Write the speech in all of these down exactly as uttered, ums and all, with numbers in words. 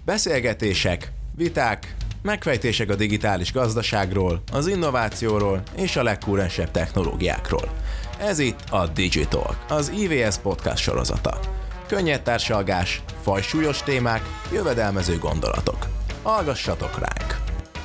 Beszélgetések, viták, megfejtések a digitális gazdaságról, az innovációról és a legkúrensebb technológiákról. Ez itt a Digitalk, az i vé es podcast sorozata. Könnyed társalgás, fajsúlyos témák, jövedelmező gondolatok. Hallgassatok ránk!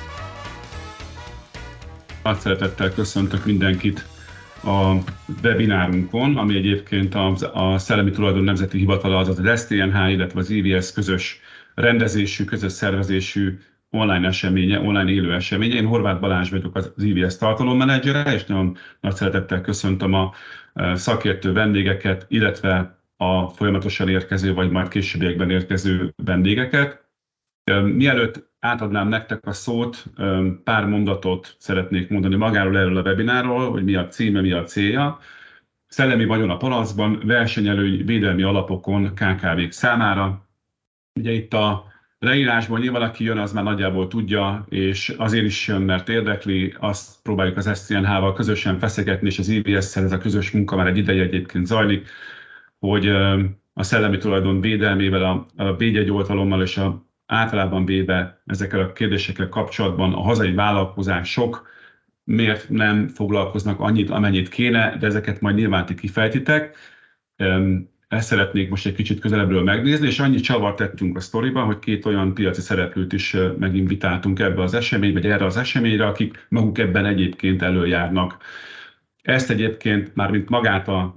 Nagy szeretettel köszöntök mindenkit a webinárunkon, ami egyébként a, a Szellemi Tulajdon Nemzeti Hivatala, azaz az es té en há, illetve az i vé es közös rendezésű, közös szervezésű online eseménye, online élő eseménye. Én Horváth Balázs vagyok, az i vé es tartalommenedzsere, és nagyon nagy szeretettel köszöntöm a szakértő vendégeket, illetve a folyamatosan érkező, vagy majd későbbiekben érkező vendégeket. Mielőtt átadnám nektek a szót, pár mondatot szeretnék mondani magáról, erről a webinárról, hogy mi a címe, mi a célja. Szellemi vagyon a palacban, versenyelőny védelmi alapokon ká ká vék számára. Ugye itt a leírásban nyilván aki jön, az már nagyjából tudja, és azért is jön, mert érdekli, azt próbáljuk az es té en há-val közösen feszegetni, és az i vé es-szel ez a közös munka már egy ideje egyébként zajlik, hogy a szellemi tulajdon védelmével, a védjegyoltalommal és a általában véve ezekkel a kérdésekkel kapcsolatban a hazai vállalkozások miért nem foglalkoznak annyit, amennyit kéne, de ezeket majd nyilván ti kifejtitek. Ezt szeretnék most egy kicsit közelebbről megnézni, és annyi csavart tettünk a sztoriba, hogy két olyan piaci szereplőt is meginvitáltunk ebbe az eseménybe, vagy erre az eseményre, akik maguk ebben egyébként előjárnak. Ezt egyébként már mint magát a,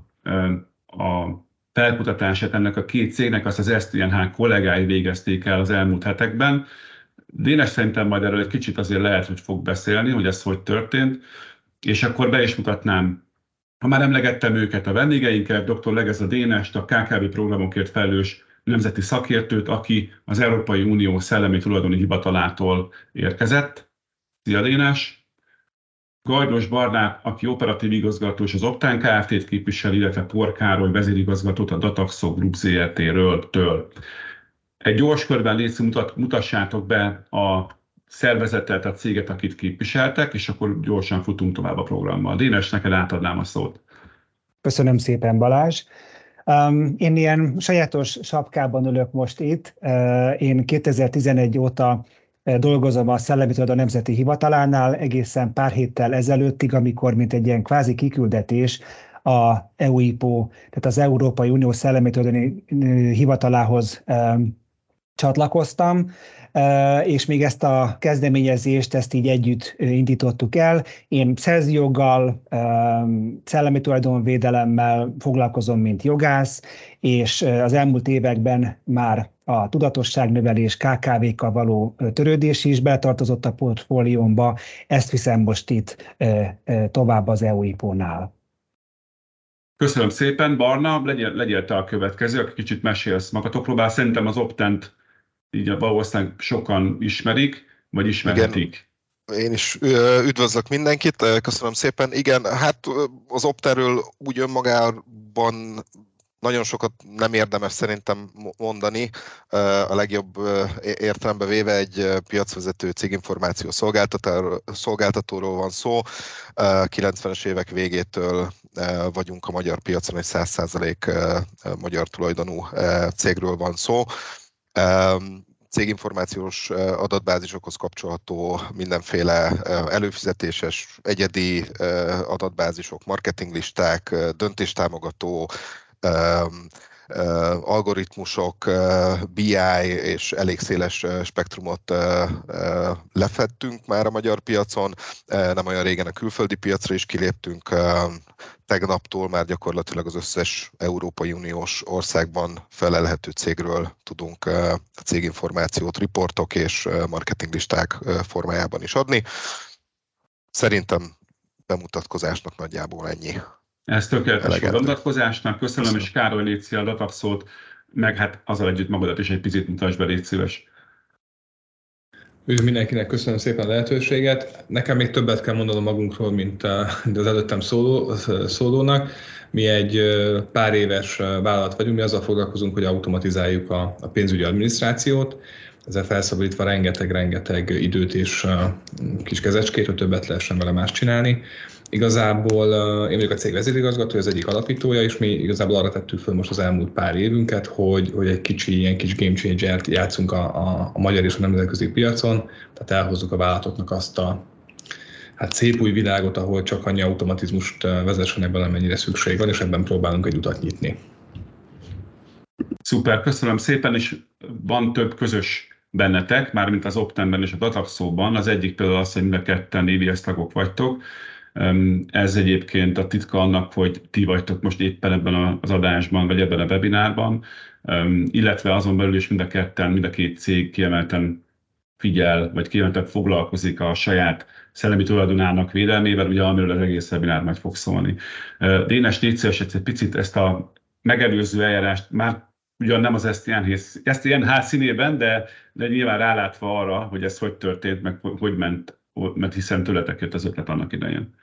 a felkutatását ennek a két cégnek, azt az es té en há kollégái végezték el az elmúlt hetekben. Dénes szerintem majd erről egy kicsit azért lehet, hogy fog beszélni, hogy ez hogy történt, és akkor be is mutatnám, ha már emlegettem őket, a vendégeinket, dr. Legeza Dénest, a ká ká vé programokért felelős nemzeti szakértőt, aki az Európai Unió Szellemi Tulajdoni Hivatalától érkezett. Szia Dénes! Gajdos Barnát, aki operatív igazgató és az Optán Kft-t képvisel, illetve Por Károly vezérigazgatót a Dataxo Group zé er té-ről. Egy gyors körben légy mutat, mutassátok be a szervezetet, a céget, akit képviseltek, és akkor gyorsan futunk tovább a programmal. Dénes, neked átadnám a szót. Köszönöm szépen, Balázs. Um, én ilyen sajátos sapkában ülök most itt. Uh, én kétezer-tizenegy óta dolgozom a Szellemi Tulajdon Nemzeti Hivatalánál, egészen pár héttel ezelőttig, amikor mint egy ilyen kvázi kiküldetés a e u i pé o, tehát az Európai Unió Szellemi Tulajdoni Hivatalához um, csatlakoztam, uh, és még ezt a kezdeményezést, ezt így együtt indítottuk el. Én szerzőjoggal, um, szellemi tulajdonvédelemmel foglalkozom, mint jogász, és az elmúlt években már a tudatosságnövelés, ká ká vékkal való törődés is betartozott a portfóliómba, ezt viszem most itt tovább az e u i pé o-nál. Köszönöm szépen, Barna, legyél, legyél te a következő, aki kicsit mesélsz magatokról, bár szerintem az Optent így valószínűleg sokan ismerik, vagy ismerhetik. Igen. Én is üdvözlök mindenkit, köszönöm szépen. Igen, hát az Optenről úgy önmagában nagyon sokat nem érdemes szerintem mondani. A legjobb értelembe véve egy piacvezető céginformáció szolgáltatóról van szó. kilencvenes évek végétől vagyunk a magyar piacon, egy száz százalék magyar tulajdonú cégről van szó. Céginformációs adatbázisokhoz kapcsolható mindenféle előfizetéses, egyedi adatbázisok, marketinglisták, döntéstámogató, Um, uh, algoritmusok, uh, bé i és elég széles uh, spektrumot uh, uh, lefettünk már a magyar piacon, uh, nem olyan régen a külföldi piacra is kiléptünk, uh, tegnaptól már gyakorlatilag az összes Európai Uniós országban felelhető cégről tudunk uh, céginformációt, riportok és uh, marketinglisták uh, formájában is adni. Szerintem bemutatkozásnak nagyjából ennyi. Ez tökéletes a bemutatkozásnak. Köszönöm, Köszönöm, és Károly, légy szíves a Dataxót, meg hát azzal együtt magadat is egy picit mutasd be, légy szíves. Üdv mindenkinek, köszönöm szépen a lehetőséget. Nekem még többet kell mondanom magunkról, mint az előttem szóló, szólónak. Mi egy pár éves vállalat vagyunk, mi azzal foglalkozunk, hogy automatizáljuk a, a pénzügyi adminisztrációt. ezzel felszabadítva rengeteg-rengeteg időt és kis kezecskét, hogy többet lehessen vele más csinálni. Igazából én vagyok a cég vezérigazgatója, az egyik alapítója, és mi igazából arra tettük föl most az elmúlt pár évünket, hogy, hogy egy kicsi, ilyen kis game changer-t játszunk a, a, a magyar és a nemzetközi piacon, tehát elhozzuk a vállalatoknak azt a hát szép új világot, ahol csak annyi automatizmust vezessenek bele, amennyire szükség van, és ebben próbálunk egy utat nyitni. Szuper, köszönöm szépen, és van több közös bennetek, mármint az Optenben és a Dataxóban. Az egyik például az, hogy mind a ketten é vé es tagok vagytok. Ez egyébként a titka annak, hogy ti vagytok most éppen ebben az adásban, vagy ebben a webinárban, illetve azon belül is mind a ketten, mind a két cég kiemelten figyel, vagy kiemelten foglalkozik a saját szellemi tulajdonának védelmével, ugye amiről az egész webinár majd fog szólni. Dénes, légy szíves, egy picit ezt a megelőző eljárást, már ugyan nem az es té en há színében, de, de nyilván rálátva arra, hogy ez hogy történt, meg hogy ment, mert hiszen tőletek jött az ötlet annak idején.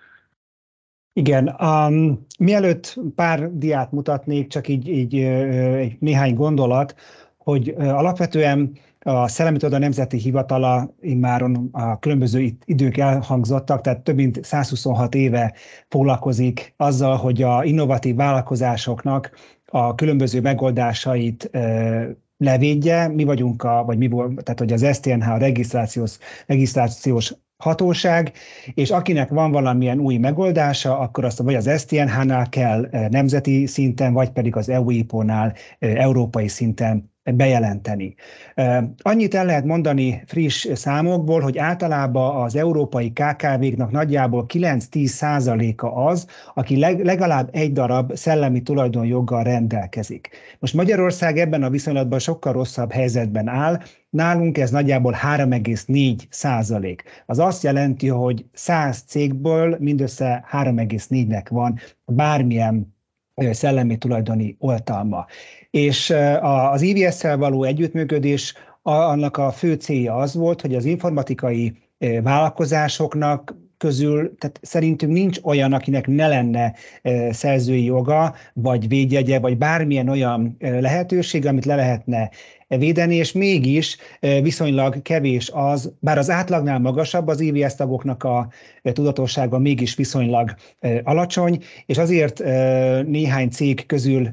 Igen, um, mielőtt pár diát mutatnék, csak így, így uh, néhány gondolat, hogy uh, alapvetően a Szellemi Tulajdon Nemzeti Hivatala immáron a különböző idők elhangzottak, tehát több mint százhuszonhat éve foglalkozik azzal, hogy a innovatív vállalkozásoknak a különböző megoldásait uh, levédje. Mi vagyunk, a, vagy mi volt, tehát hogy az es té en há a regisztrációs, regisztrációs hatóság, és akinek van valamilyen új megoldása, akkor azt vagy az es té en há-nál kell nemzeti szinten, vagy pedig az e u i pé o-nál európai szinten bejelenteni. Annyit el lehet mondani friss számokból, hogy általában az európai ká ká vé-knak nagyjából kilenc-tíz százaléka az, aki legalább egy darab szellemi tulajdonjoggal rendelkezik. Most Magyarország ebben a viszonylatban sokkal rosszabb helyzetben áll, nálunk ez nagyjából három egész négy százalék. Az azt jelenti, hogy száz cégből mindössze három egész négynek van bármilyen szellemi tulajdoni oltalma. És az i vé es-szel való együttműködés, annak a fő célja az volt, hogy az informatikai vállalkozásoknak közül, tehát szerintünk nincs olyan, akinek ne lenne szerzői joga, vagy védjegye, vagy bármilyen olyan lehetőség, amit le lehetne védeni, és mégis viszonylag kevés az, bár az átlagnál magasabb, az i vé es tagoknak a tudatossága mégis viszonylag alacsony, és azért néhány cég közül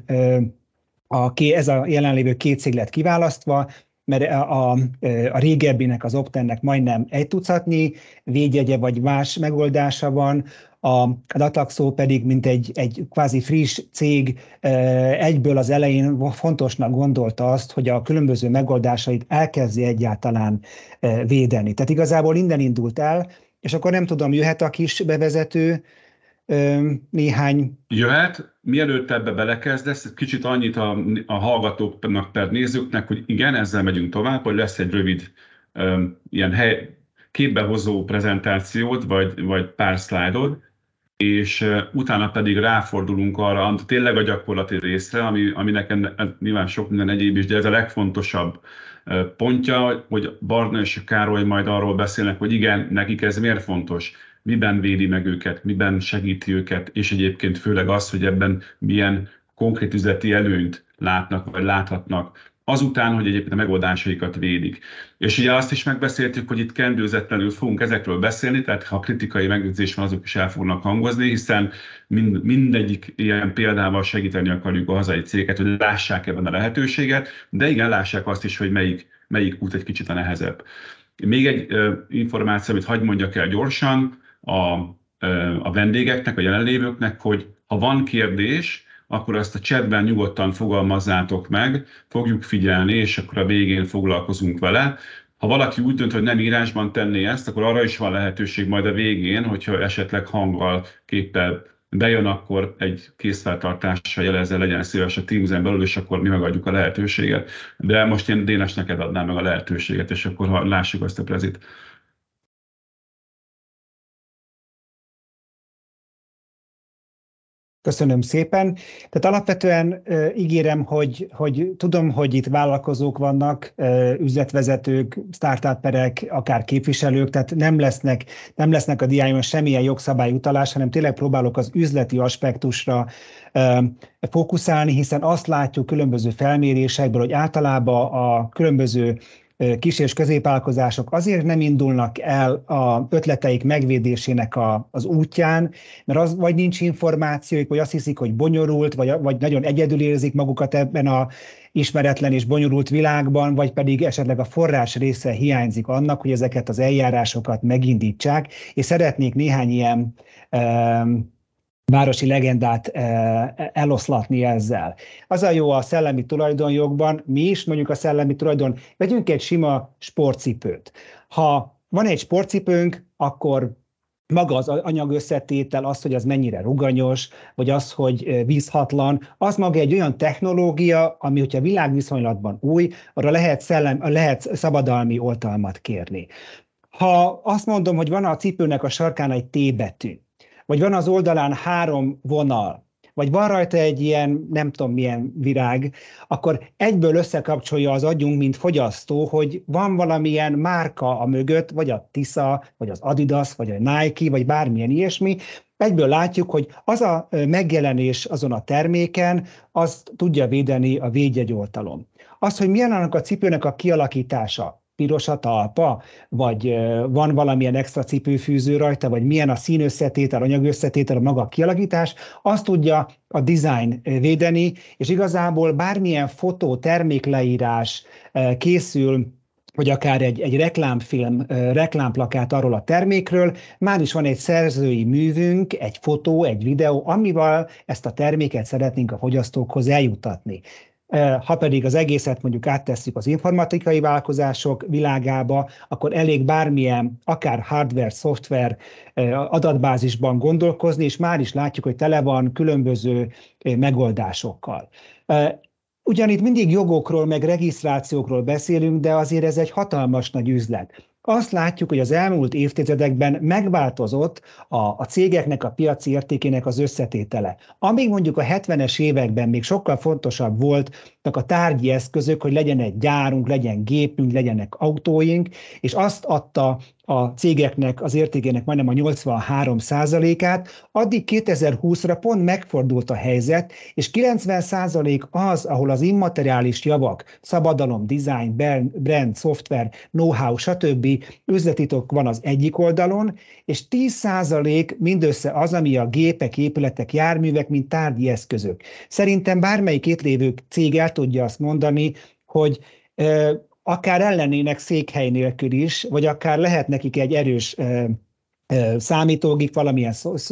a, ez a jelenlévő két cég lett kiválasztva, mert a, a, a régebbinek, az Optennek majdnem egy tucatnyi védjegye vagy más megoldása van, a Dataxo pedig, mint egy, egy kvázi friss cég, egyből az elején fontosnak gondolta azt, hogy a különböző megoldásait elkezdi egyáltalán védeni. Tehát igazából innen indult el, és akkor nem tudom, jöhet a kis bevezető, néhány... Jöhet. Mielőtt ebbe belekezdesz, kicsit annyit a, a hallgatóknak, per nézőknek, hogy igen, ezzel megyünk tovább, hogy lesz egy rövid um, ilyen hely, képbehozó prezentációt, vagy, vagy pár szlájdod, és uh, utána pedig ráfordulunk arra, tényleg a gyakorlati részre, ami, ami nekem nyilván sok minden egyéb is, de ez a legfontosabb uh, pontja, hogy Barna és Károly majd arról beszélnek, hogy igen, nekik ez miért fontos, miben védi meg őket, miben segíti őket, és egyébként főleg az, hogy ebben milyen konkrét üzleti előnyt látnak, vagy láthatnak, azután, hogy egyébként a megoldásaikat védik. És ugye azt is megbeszéltük, hogy itt kendőzetlenül fogunk ezekről beszélni, tehát ha kritikai megjegyzés van, azok is el fognak hangozni, hiszen mind, mindegyik ilyen példával segíteni akarjuk a hazai cégeket, hogy lássák ebben a lehetőséget, de igen, lássák azt is, hogy melyik, melyik út egy kicsit a nehezebb. Még egy uh, információ, amit hadd mondjak el gyorsan, A, a vendégeknek, a jelenlévőknek, hogy ha van kérdés, akkor azt a chatben nyugodtan fogalmazzátok meg, fogjuk figyelni, és akkor a végén foglalkozunk vele. Ha valaki úgy dönt, hogy nem írásban tenné ezt, akkor arra is van lehetőség majd a végén, hogyha esetleg hanggal, képpel bejön, akkor egy készfeltartással jelezze, legyen szíves a Teams-en belül, és akkor mi megadjuk a lehetőséget. De most én Dénes neked adnám meg a lehetőséget, és akkor ha lássuk azt a prezit. Köszönöm szépen. Tehát alapvetően uh, ígérem, hogy, hogy tudom, hogy itt vállalkozók vannak, uh, üzletvezetők, startuperek, akár képviselők, tehát nem lesznek, nem lesznek a diáimon semmilyen jogszabályutalás, hanem tényleg próbálok az üzleti aspektusra uh, fókuszálni, hiszen azt látjuk különböző felmérésekből, hogy általában a különböző kis- és középvállalkozások azért nem indulnak el a ötleteik megvédésének a, az útján, mert az vagy nincs információjuk, vagy azt hiszik, hogy bonyolult, vagy, vagy nagyon egyedül érzik magukat ebben a ismeretlen és bonyolult világban, vagy pedig esetleg a forrás része hiányzik annak, hogy ezeket az eljárásokat megindítsák, és szeretnék néhány ilyen um, városi legendát eloszlatni ezzel. Az a jó a szellemi tulajdonjogban, mi is mondjuk a szellemi tulajdon, vegyünk egy sima sportcipőt. Ha van egy sportcipőnk, akkor maga az anyagösszetétel, az, hogy az mennyire ruganyos, vagy az, hogy vízhatlan, az maga egy olyan technológia, ami, hogyha világviszonylatban új, arra lehet, szellem, lehet szabadalmi oltalmat kérni. Ha azt mondom, hogy van a cipőnek a sarkán egy T betű, vagy van az oldalán három vonal, vagy van rajta egy ilyen, nem tudom milyen virág, akkor egyből összekapcsolja az agyunk, mint fogyasztó, hogy van valamilyen márka a mögött, vagy a Tisza, vagy az Adidas, vagy a Nike, vagy bármilyen ilyesmi. Egyből látjuk, hogy az a megjelenés azon a terméken, az tudja védeni a védjegyoltalom. Az, hogy milyen annak a cipőnek a kialakítása, piros a talpa, vagy van valamilyen extra cipőfűző rajta, vagy milyen a színösszetétel, anyagösszetétel, a maga kialakítás, azt tudja a design védeni, és igazából bármilyen fotó, termékleírás készül, vagy akár egy, egy reklámfilm, reklámplakát arról a termékről, már is van egy szerzői művünk, egy fotó, egy videó, amivel ezt a terméket szeretnénk a fogyasztókhoz eljuttatni. Ha pedig az egészet mondjuk áttesszük az informatikai vállalkozások világába, akkor elég bármilyen, akár hardware, szoftver adatbázisban gondolkozni, és már is látjuk, hogy tele van különböző megoldásokkal. Ugyanitt mindig jogokról, meg regisztrációkról beszélünk, de azért ez egy hatalmas nagy üzlet. Azt látjuk, hogy az elmúlt évtizedekben megváltozott a, a cégeknek, a piaci értékének az összetétele. Amíg mondjuk a hetvenes években még sokkal fontosabb voltak a tárgyi eszközök, hogy legyen egy gyárunk, legyen gépünk, legyenek autóink, és azt adta a cégeknek az értékének majdnem a nyolcvanhárom százalékát, addig kétezer-húszra pont megfordult a helyzet, és kilencven százalék az, ahol az immateriális javak, szabadalom, design, brand, szoftver, know-how, stb. Üzletitok van az egyik oldalon, és tíz százalék mindössze az, ami a gépek, épületek, járművek, mint tárgyi eszközök. Szerintem bármelyik itt lévő cég el tudja azt mondani, hogy e, akár ellennének székhely nélkül is, vagy akár lehet nekik egy erős e, e, számítógép, valamilyen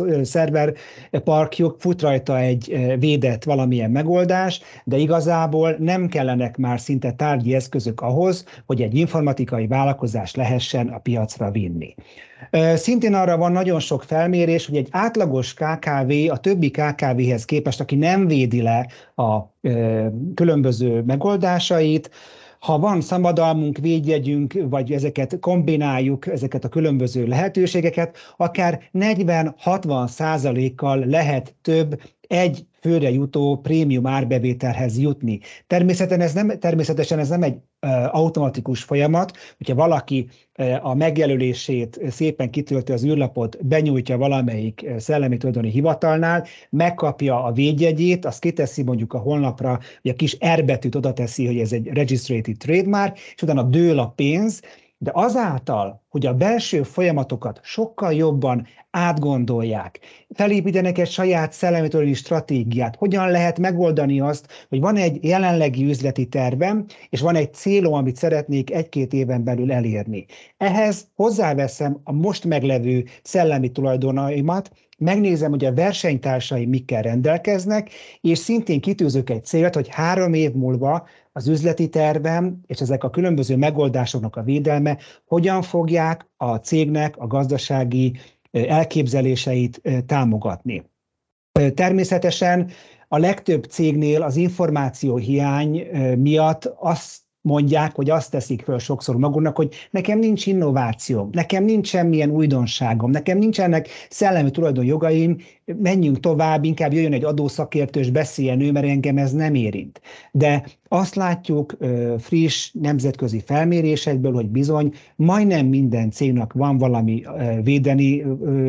szerverparkjuk, fut rajta egy e, védett valamilyen megoldás, de igazából nem kellenek már szinte tárgyi eszközök ahhoz, hogy egy informatikai vállalkozás lehessen a piacra vinni. Szintén arra van nagyon sok felmérés, hogy egy átlagos ká ká vé a többi ká ká véhez képest, aki nem védi le a különböző megoldásait, ha van szabadalmunk, védjegyünk, vagy ezeket kombináljuk, ezeket a különböző lehetőségeket, akár negyven-hatvan százalékkal lehet több egy főre jutó prémium árbevételhez jutni. Természetesen ez nem, természetesen ez nem egy uh, automatikus folyamat, hogyha valaki uh, a megjelölését szépen kitölti az űrlapot, benyújtja valamelyik szellemi tulajdoni hivatalnál, megkapja a védjegyét, azt kiteszi mondjuk a honlapra, hogy a kis R betűt oda teszi, hogy ez egy registrated trademark, és utána dől a pénz, de azáltal, hogy a belső folyamatokat sokkal jobban átgondolják, felépítenek egy saját szellemi tulajdoni stratégiát, hogyan lehet megoldani azt, hogy van egy jelenlegi üzleti tervem, és van egy célom, amit szeretnék egy-két éven belül elérni. Ehhez hozzáveszem a most meglevő szellemi tulajdonaimat, megnézem, hogy a versenytársaim mikkel rendelkeznek, és szintén kitűzök egy célt, hogy három év múlva az üzleti tervem és ezek a különböző megoldásoknak a védelme hogyan fogják a cégnek a gazdasági elképzeléseit támogatni. Természetesen a legtöbb cégnél az információhiány miatt azt mondják, hogy azt teszik föl sokszor magunknak, hogy nekem nincs innovációm, nekem nincs semmilyen újdonságom, nekem nincsenek szellemi tulajdonjogaim, menjünk tovább, inkább jöjjön egy adószakértő, és beszéljen ő, mert engem ez nem érint. De azt látjuk friss nemzetközi felmérésekből, hogy bizony majdnem minden cégnek van valami védeni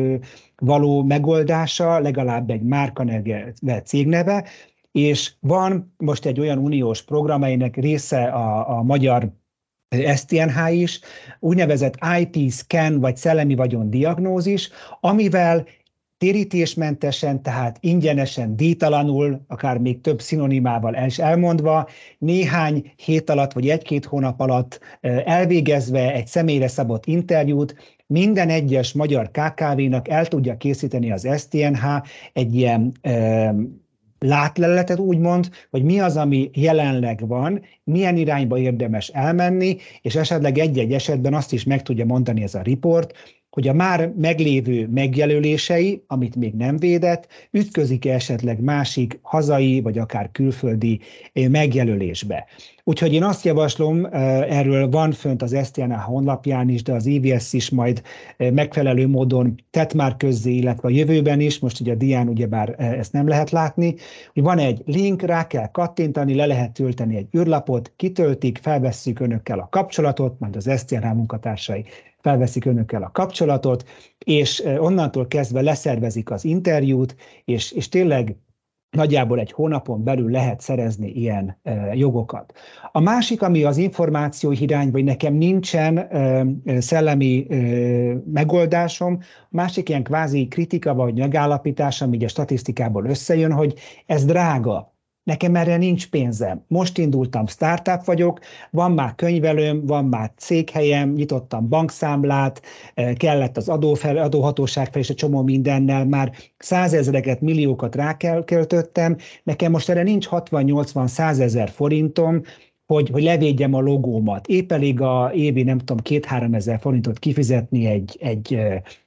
való megoldása, legalább egy márkaneve, cégneve, és van most egy olyan uniós program, amelynek része a, a magyar es té en há is, úgynevezett i té scan, vagy szellemi vagyon diagnózis, amivel térítésmentesen, tehát ingyenesen, díjtalanul, akár még több szinonimával el is elmondva, néhány hét alatt vagy egy-két hónap alatt elvégezve egy személyre szabott interjút, minden egyes magyar ká ká vénak el tudja készíteni az es té en há egy ilyen e, látleletet úgymond, hogy mi az, ami jelenleg van, milyen irányba érdemes elmenni, és esetleg egy-egy esetben azt is meg tudja mondani ez a riport, hogy a már meglévő megjelölései, amit még nem védett, ütközik-e esetleg másik hazai, vagy akár külföldi megjelölésbe. Úgyhogy én azt javaslom, erről van fönt az es té en há honlapján is, de az i vé es is majd megfelelő módon tett már közzé, illetve a jövőben is, most ugye a dián ugyebár ezt nem lehet látni, hogy van egy link, rá kell kattintani, le lehet tölteni egy űrlapot, kitöltik, felvesszük önökkel a kapcsolatot, majd az es té en há munkatársai felveszik önökkel a kapcsolatot, és onnantól kezdve leszervezik az interjút, és, és tényleg nagyjából egy hónapon belül lehet szerezni ilyen e, jogokat. A másik, ami az információ hiány, vagy nekem nincsen e, szellemi e, megoldásom, a másik ilyen kvázi kritika vagy megállapítás, ami ugye statisztikából összejön, hogy ez drága. Nekem erre nincs pénzem. Most indultam, startup vagyok, van már könyvelőm, van már céghelyem, nyitottam bankszámlát, kellett az adófel, adóhatóság fel és egy csomó mindennel, már százezreket, milliókat ráköltöttem. Nekem most erre nincs hatvan-nyolcvan-százezer forintom, hogy, hogy levédjem a logómat. Épp elég a évi, nem tudom, két-három ezer forintot kifizetni egy, egy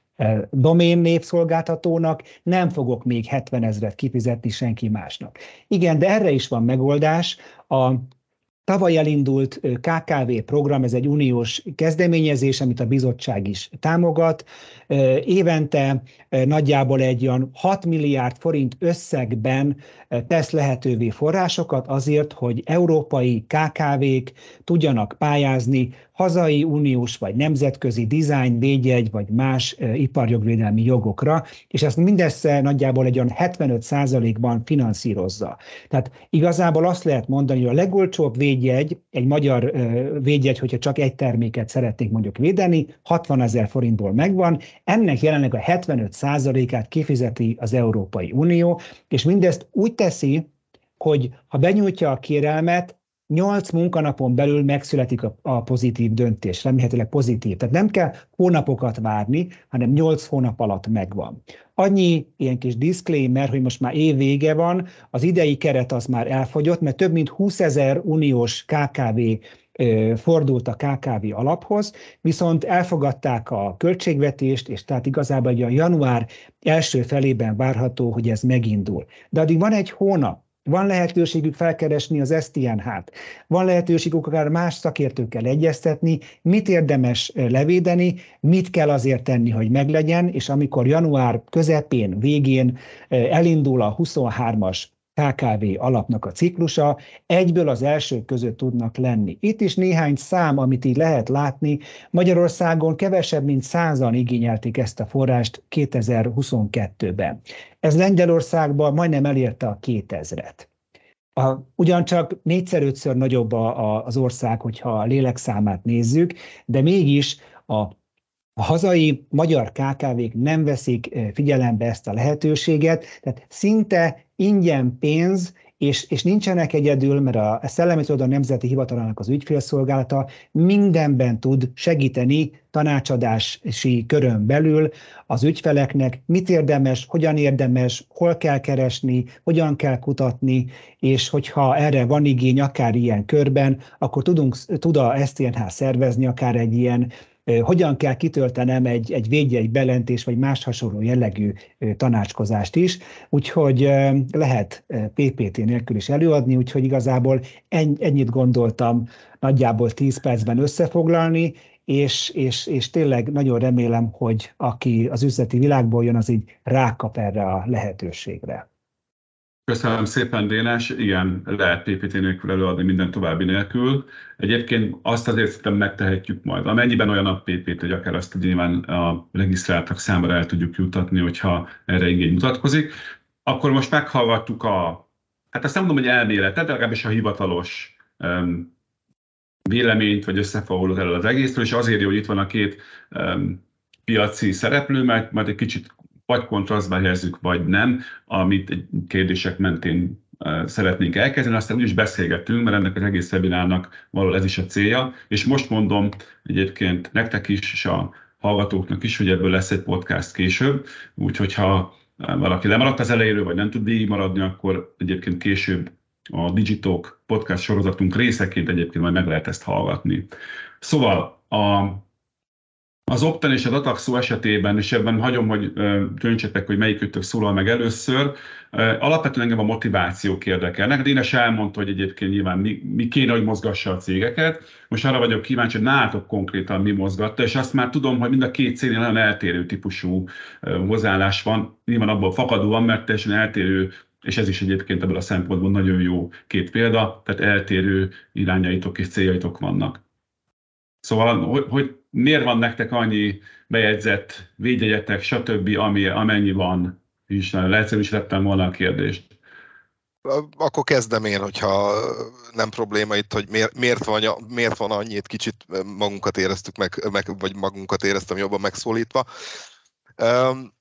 domén névszolgáltatónak, nem fogok még hetven ezret kifizetni senki másnak. Igen, de erre is van megoldás. A tavaly elindult ká ká vé program, ez egy uniós kezdeményezés, amit a bizottság is támogat. Évente nagyjából egy olyan hat milliárd forint összegben tesz lehetővé forrásokat azért, hogy európai ká ká vék tudjanak pályázni hazai, uniós vagy nemzetközi design, védjegy vagy más iparjogvédelmi jogokra, és ezt mindössze nagyjából egy olyan hetvenöt százalékban finanszírozza. Tehát igazából azt lehet mondani, hogy a legolcsóbb védjegy, egy magyar védjegy, hogyha csak egy terméket szeretnék mondjuk védeni, hatvanezer forintból megvan, ennek jelenleg a hetvenöt százalékát kifizeti az Európai Unió, és mindezt úgy teszi, hogy ha benyújtja a kérelmet, nyolc munkanapon belül megszületik a, a pozitív döntés, remélhetőleg pozitív. Tehát nem kell hónapokat várni, hanem nyolc hónap alatt megvan. Annyi ilyen kis disclaimer, hogy most már év vége van, az idei keret az már elfogyott, mert több mint húszezer uniós ká ká vé fordult a ká ká vé alaphoz, viszont elfogadták a költségvetést, és tehát igazából egy a január első felében várható, hogy ez megindul. De addig van egy hónap, van lehetőségük felkeresni az es té en há-t, van lehetőségük akár más szakértőkkel egyeztetni, mit érdemes levédeni, mit kell azért tenni, hogy meglegyen, és amikor január közepén, végén elindul a huszonhármas ká ká vé alapnak a ciklusa, egyből az elsők között tudnak lenni. Itt is néhány szám, amit így lehet látni, Magyarországon kevesebb, mint százan igényelték ezt a forrást kétezer-huszonkettőben. Ez Lengyelországban majdnem elérte a kétezret. A, ugyancsak négyszer-ötször nagyobb a, a, az ország, hogyha a lélekszámát nézzük, de mégis a A hazai magyar ká ká vék nem veszik figyelembe ezt a lehetőséget, tehát szinte ingyen pénz, és, és nincsenek egyedül, mert a Szellemi Tulajdon Nemzeti Hivatalának az ügyfélszolgálata mindenben tud segíteni tanácsadási körön belül az ügyfeleknek, mit érdemes, hogyan érdemes, hol kell keresni, hogyan kell kutatni, és hogyha erre van igény akár ilyen körben, akkor tudunk, tud a es té en há szervezni akár egy ilyen hogyan kell kitöltenem egy, egy védjegy bejelentés, vagy más hasonló jellegű tanácskozást is, úgyhogy lehet pé pé té nélkül is előadni, úgyhogy igazából ennyit gondoltam nagyjából tíz percben összefoglalni, és, és, és tényleg nagyon remélem, hogy aki az üzleti világból jön, az így rákap erre a lehetőségre. Köszönöm szépen, Dénes. Igen, lehet pé pé té nélkül előadni, minden további nélkül. Egyébként azt azért szerintem megtehetjük majd, amennyiben olyan a pé pé té, hogy akár azt nyilván a regisztráltak számára el tudjuk juttatni, hogyha erre igény mutatkozik. Akkor most meghallgattuk a, hát azt nem mondom, hogy elméletet, de legalábbis a hivatalos um, véleményt, vagy összefoglalót el az egészről, és azért jó, hogy itt van a két um, piaci szereplő, mert majd egy kicsit vagy kontrasztba helyezzük, vagy nem, amit kérdések mentén uh, szeretnénk elkezdeni, aztán úgyis beszélgetünk, mert ennek az egész webinárnak valahol ez is a célja, és most mondom egyébként nektek is, és a hallgatóknak is, hogy ebből lesz egy podcast később, úgyhogy ha valaki lemaradt az elejéről, vagy nem tud végig maradni, akkor egyébként később a Digitalk podcast sorozatunk részeként egyébként majd meg lehet ezt hallgatni. Szóval a, az Opten és a Dataxo esetében, és ebben hagyom, hogy döntsetek, hogy melyikőtök szólal meg először, alapvetően engem a motivációk érdekelnek. Dénes elmondta, hogy egyébként nyilván mi, mi kéne, hogy mozgassa a cégeket. Most arra vagyok kíváncsi, hogy nálatok konkrétan mi mozgatta, és azt már tudom, hogy mind a két cégnél nagyon eltérő típusú hozzáállás van. Nyilván abból fakadóan, mert teljesen eltérő, és ez is egyébként ebből a szempontból nagyon jó két példa, tehát eltérő irányaitok és céljaitok vannak. Szóval, hogy, hogy miért van nektek annyi bejegyzett védjegyetek, stb., ami, amennyi van? És leegyszerűsítettem volna a kérdést. Akkor kezdem én, hogyha nem probléma itt, hogy miért, miért, van, miért van annyit, kicsit magunkat éreztük meg, meg vagy magunkat éreztem jobban megszólítva. Um,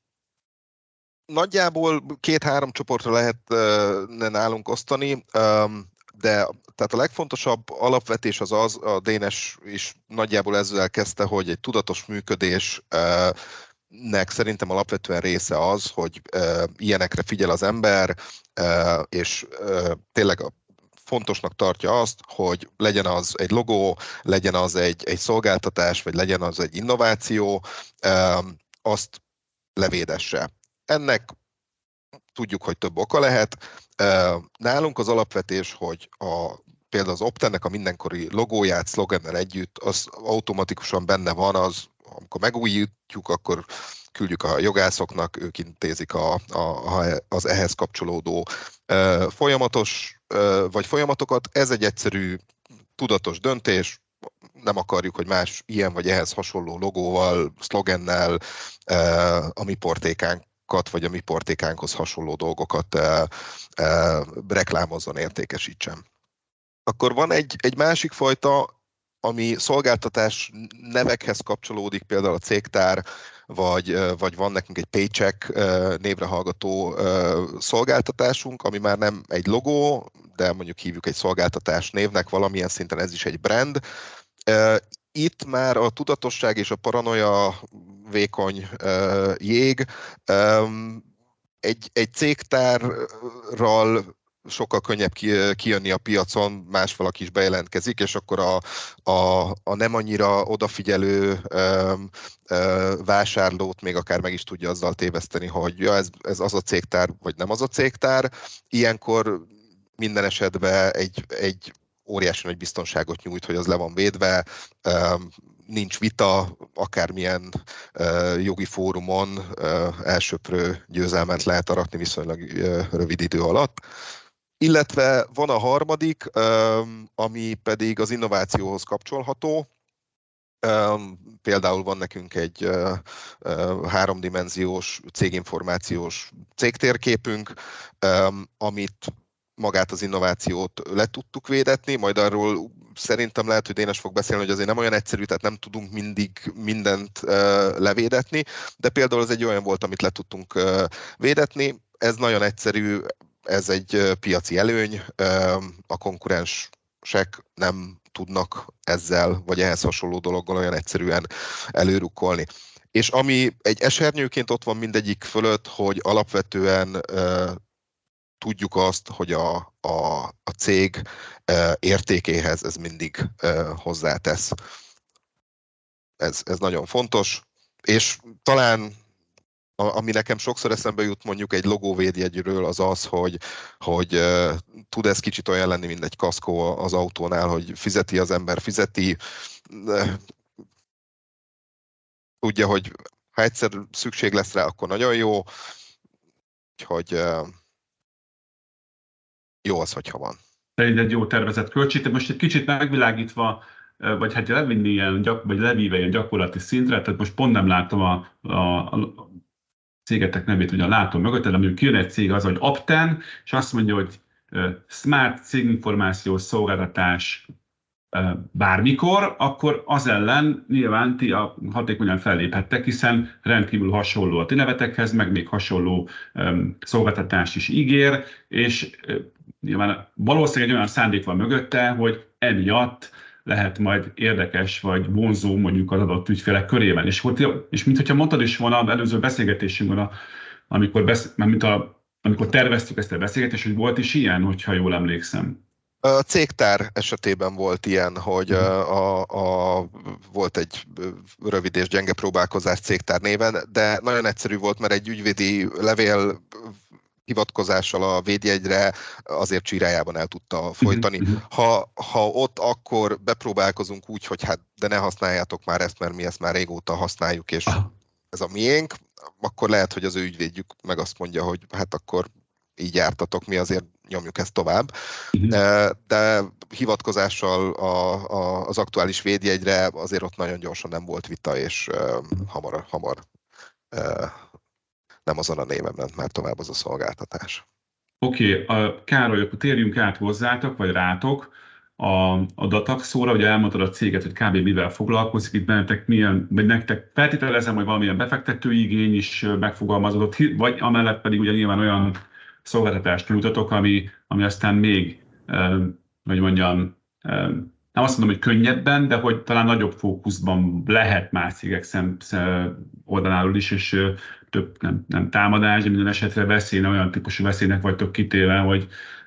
Nagyjából két-három csoportra lehet uh, nálunk osztani, um, de tehát a legfontosabb alapvetés az az, a Dénes is nagyjából ezzel kezdte, hogy egy tudatos működés uh, nek szerintem alapvetően része az, hogy uh, ilyenekre figyel az ember, uh, és uh, tényleg a fontosnak tartja azt, hogy legyen az egy logó, legyen az egy, egy szolgáltatás, vagy legyen az egy innováció, uh, azt levédesse. Ennek tudjuk, hogy több oka lehet. Nálunk az alapvetés, hogy a, például az Optennek a mindenkori logóját, szlogennel együtt, az automatikusan benne van, az, amikor megújítjuk, akkor küldjük a jogászoknak, ők intézik a, a, az ehhez kapcsolódó folyamatos vagy folyamatokat. Ez egy egyszerű, tudatos döntés, nem akarjuk, hogy más ilyen vagy ehhez hasonló logóval, szlogennel a mi portékánk vagy a mi portékánkhoz hasonló dolgokat e, e, reklámozzon, értékesítsen. Akkor van egy, egy másik fajta, ami szolgáltatás nevekhez kapcsolódik, például a cégtár, vagy, vagy van nekünk egy Paycheck névre hallgató szolgáltatásunk, ami már nem egy logó, de mondjuk hívjuk egy szolgáltatás névnek, valamilyen szinten ez is egy brand. Itt már a tudatosság és a paranoia vékony uh, jég. Um, egy, egy cégtárral sokkal könnyebb ki, kijönni a piacon, más valaki is bejelentkezik, és akkor a, a, a nem annyira odafigyelő um, uh, vásárlót még akár meg is tudja azzal téveszteni, hogy ja, ez, ez az a cégtár, vagy nem az a cégtár. Ilyenkor minden esetben egy, egy óriási nagy biztonságot nyújt, hogy az le van védve, um, nincs vita, akármilyen uh, jogi fórumon uh, elsöprő győzelmet lehet aratni viszonylag uh, rövid idő alatt. Illetve van a harmadik, um, ami pedig az innovációhoz kapcsolható. Um, például van nekünk egy uh, uh, háromdimenziós céginformációs cégtérképünk, um, amit magát az innovációt le tudtuk védetni, majd arról szerintem lehet, hogy Dénes fog beszélni, hogy azért nem olyan egyszerű, tehát nem tudunk mindig mindent uh, levédetni, de például az egy olyan volt, amit le tudtunk uh, védetni. Ez nagyon egyszerű, ez egy uh, piaci előny, uh, a konkurensek nem tudnak ezzel, vagy ehhez hasonló dologgal olyan egyszerűen előrukkolni. És ami egy esernyőként ott van mindegyik fölött, hogy alapvetően uh, tudjuk azt, hogy a, a, a cég uh, értékéhez ez mindig uh, hozzátesz. Ez, ez nagyon fontos, és talán a, ami nekem sokszor eszembe jut mondjuk egy logóvédjegyről, az az, hogy, hogy uh, tud ez kicsit olyan lenni, mint egy kaszkó az autónál, hogy fizeti az ember, fizeti, uh, tudja, hogy ha egyszer szükség lesz rá, akkor nagyon jó, úgyhogy uh, jó az, hogyha van. Egy jó tervezett költség, de most egy kicsit megvilágítva, vagy hát levinni ilyen, vagy levíve ilyen gyakorlati szintre, tehát most pont nem látom a, a, a cégetek nevét, ugye látom mögött, de mondjuk kijön egy cég az, hogy Opten, és azt mondja, hogy Smart Céginformációs Szolgáltatás bármikor, akkor az ellen nyilván ti a hatékonyan felléphettek, hiszen rendkívül hasonló a ti nevetekhez, meg még hasonló um, szolgáltatást is ígér, és uh, nyilván valószínűleg egy olyan szándék van mögötte, hogy emiatt lehet majd érdekes vagy vonzó mondjuk az adott ügyfélek körében. És, és mintha mondtad is volna az előző beszélgetésünkben, amikor, besz, mint a, amikor terveztük ezt a beszélgetést, hogy volt is ilyen, hogyha jól emlékszem. A cégtár esetében volt ilyen, hogy a, a, volt egy rövid és gyenge próbálkozás cégtár néven, de nagyon egyszerű volt, mert egy ügyvédi levél hivatkozással a védjegyre azért csírájában el tudta folytani. Ha, ha ott akkor bepróbálkozunk úgy, hogy hát de ne használjátok már ezt, mert mi ezt már régóta használjuk, és ez a miénk, akkor lehet, hogy az ő ügyvédjük meg azt mondja, hogy hát akkor így jártatok, mi azért nyomjuk ezt tovább. De, de hivatkozással a, a, az aktuális védjegyre azért ott nagyon gyorsan nem volt vita, és uh, hamar, hamar uh, nem azon a néven ment már tovább az a szolgáltatás. Oké, okay, Károly, akkor térjünk át hozzátok, vagy rátok a, a Dataxóra, ugye elmondtad a céget, hogy kb. Mivel foglalkozik, itt bennetek milyen, vagy nektek feltételezem, hogy valamilyen befektetői igény is megfogalmazódott, vagy amellett pedig ugye nyilván olyan szolgáltatást nyújtatok, ami, ami aztán még, hogy mondjam, nem azt mondom, hogy könnyebben, de hogy talán nagyobb fókuszban lehet más cégek szem, oldaláról is, és több nem, nem támadás, de minden esetre veszélyne, olyan típusú veszélynek vagytok kitéve, hogy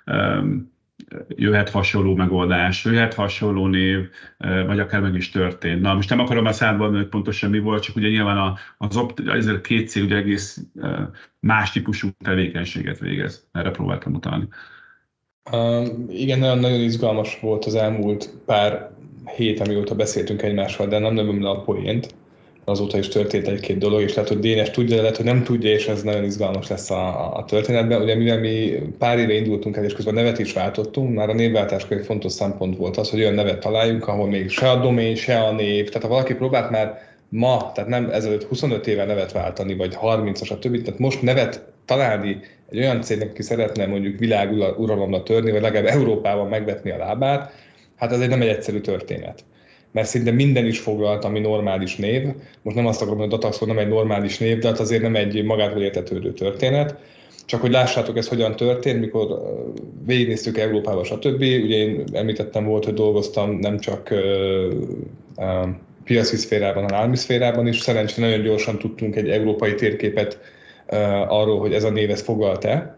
jöhet hasonló megoldás, jöhet hasonló név, vagy akár meg is történt. Na, most nem akarom a szádba mondani, hogy pontosan mi volt, csak ugye nyilván az a két cég ugye egész más típusú tevékenységet végez. Erre próbáltam utalni. Uh, igen, nagyon, nagyon izgalmas volt az elmúlt pár hét, amióta beszéltünk egymással, de nem növöm le a poént. Azóta is történt egy-két dolog, és lehet, hogy Dénes tudja, de lehet, hogy nem tudja, és ez nagyon izgalmas lesz a, a történetben. Ugye mivel mi pár éve indultunk el, és közben nevet is váltottunk, már a névváltáskor egy fontos szempont volt az, hogy olyan nevet találjunk, ahol még se a domain, se a név. Tehát ha valaki próbált már ma, tehát nem ezelőtt huszonöt éve nevet váltani, vagy harmincas, a többi, tehát most nevet találni egy olyan cégnek, aki szeretne mondjuk világuralomra törni, vagy legalább Európában megvetni a lábát, hát ez egy nem egy egyszerű történet. Mert szinte minden is foglalt, ami normális név. Most nem azt akarom, hogy a Dataxo nem egy normális név, de hát azért nem egy magától értetődő történet. Csak hogy lássátok, ez hogyan történt, mikor végignéztük Európába, stb. Ugye én említettem volt, hogy dolgoztam nem csak uh, uh, piaci szférában, hanem állami szférában is. Szerencsére nagyon gyorsan tudtunk egy európai térképet uh, arról, hogy ez a név ez foglalt-e.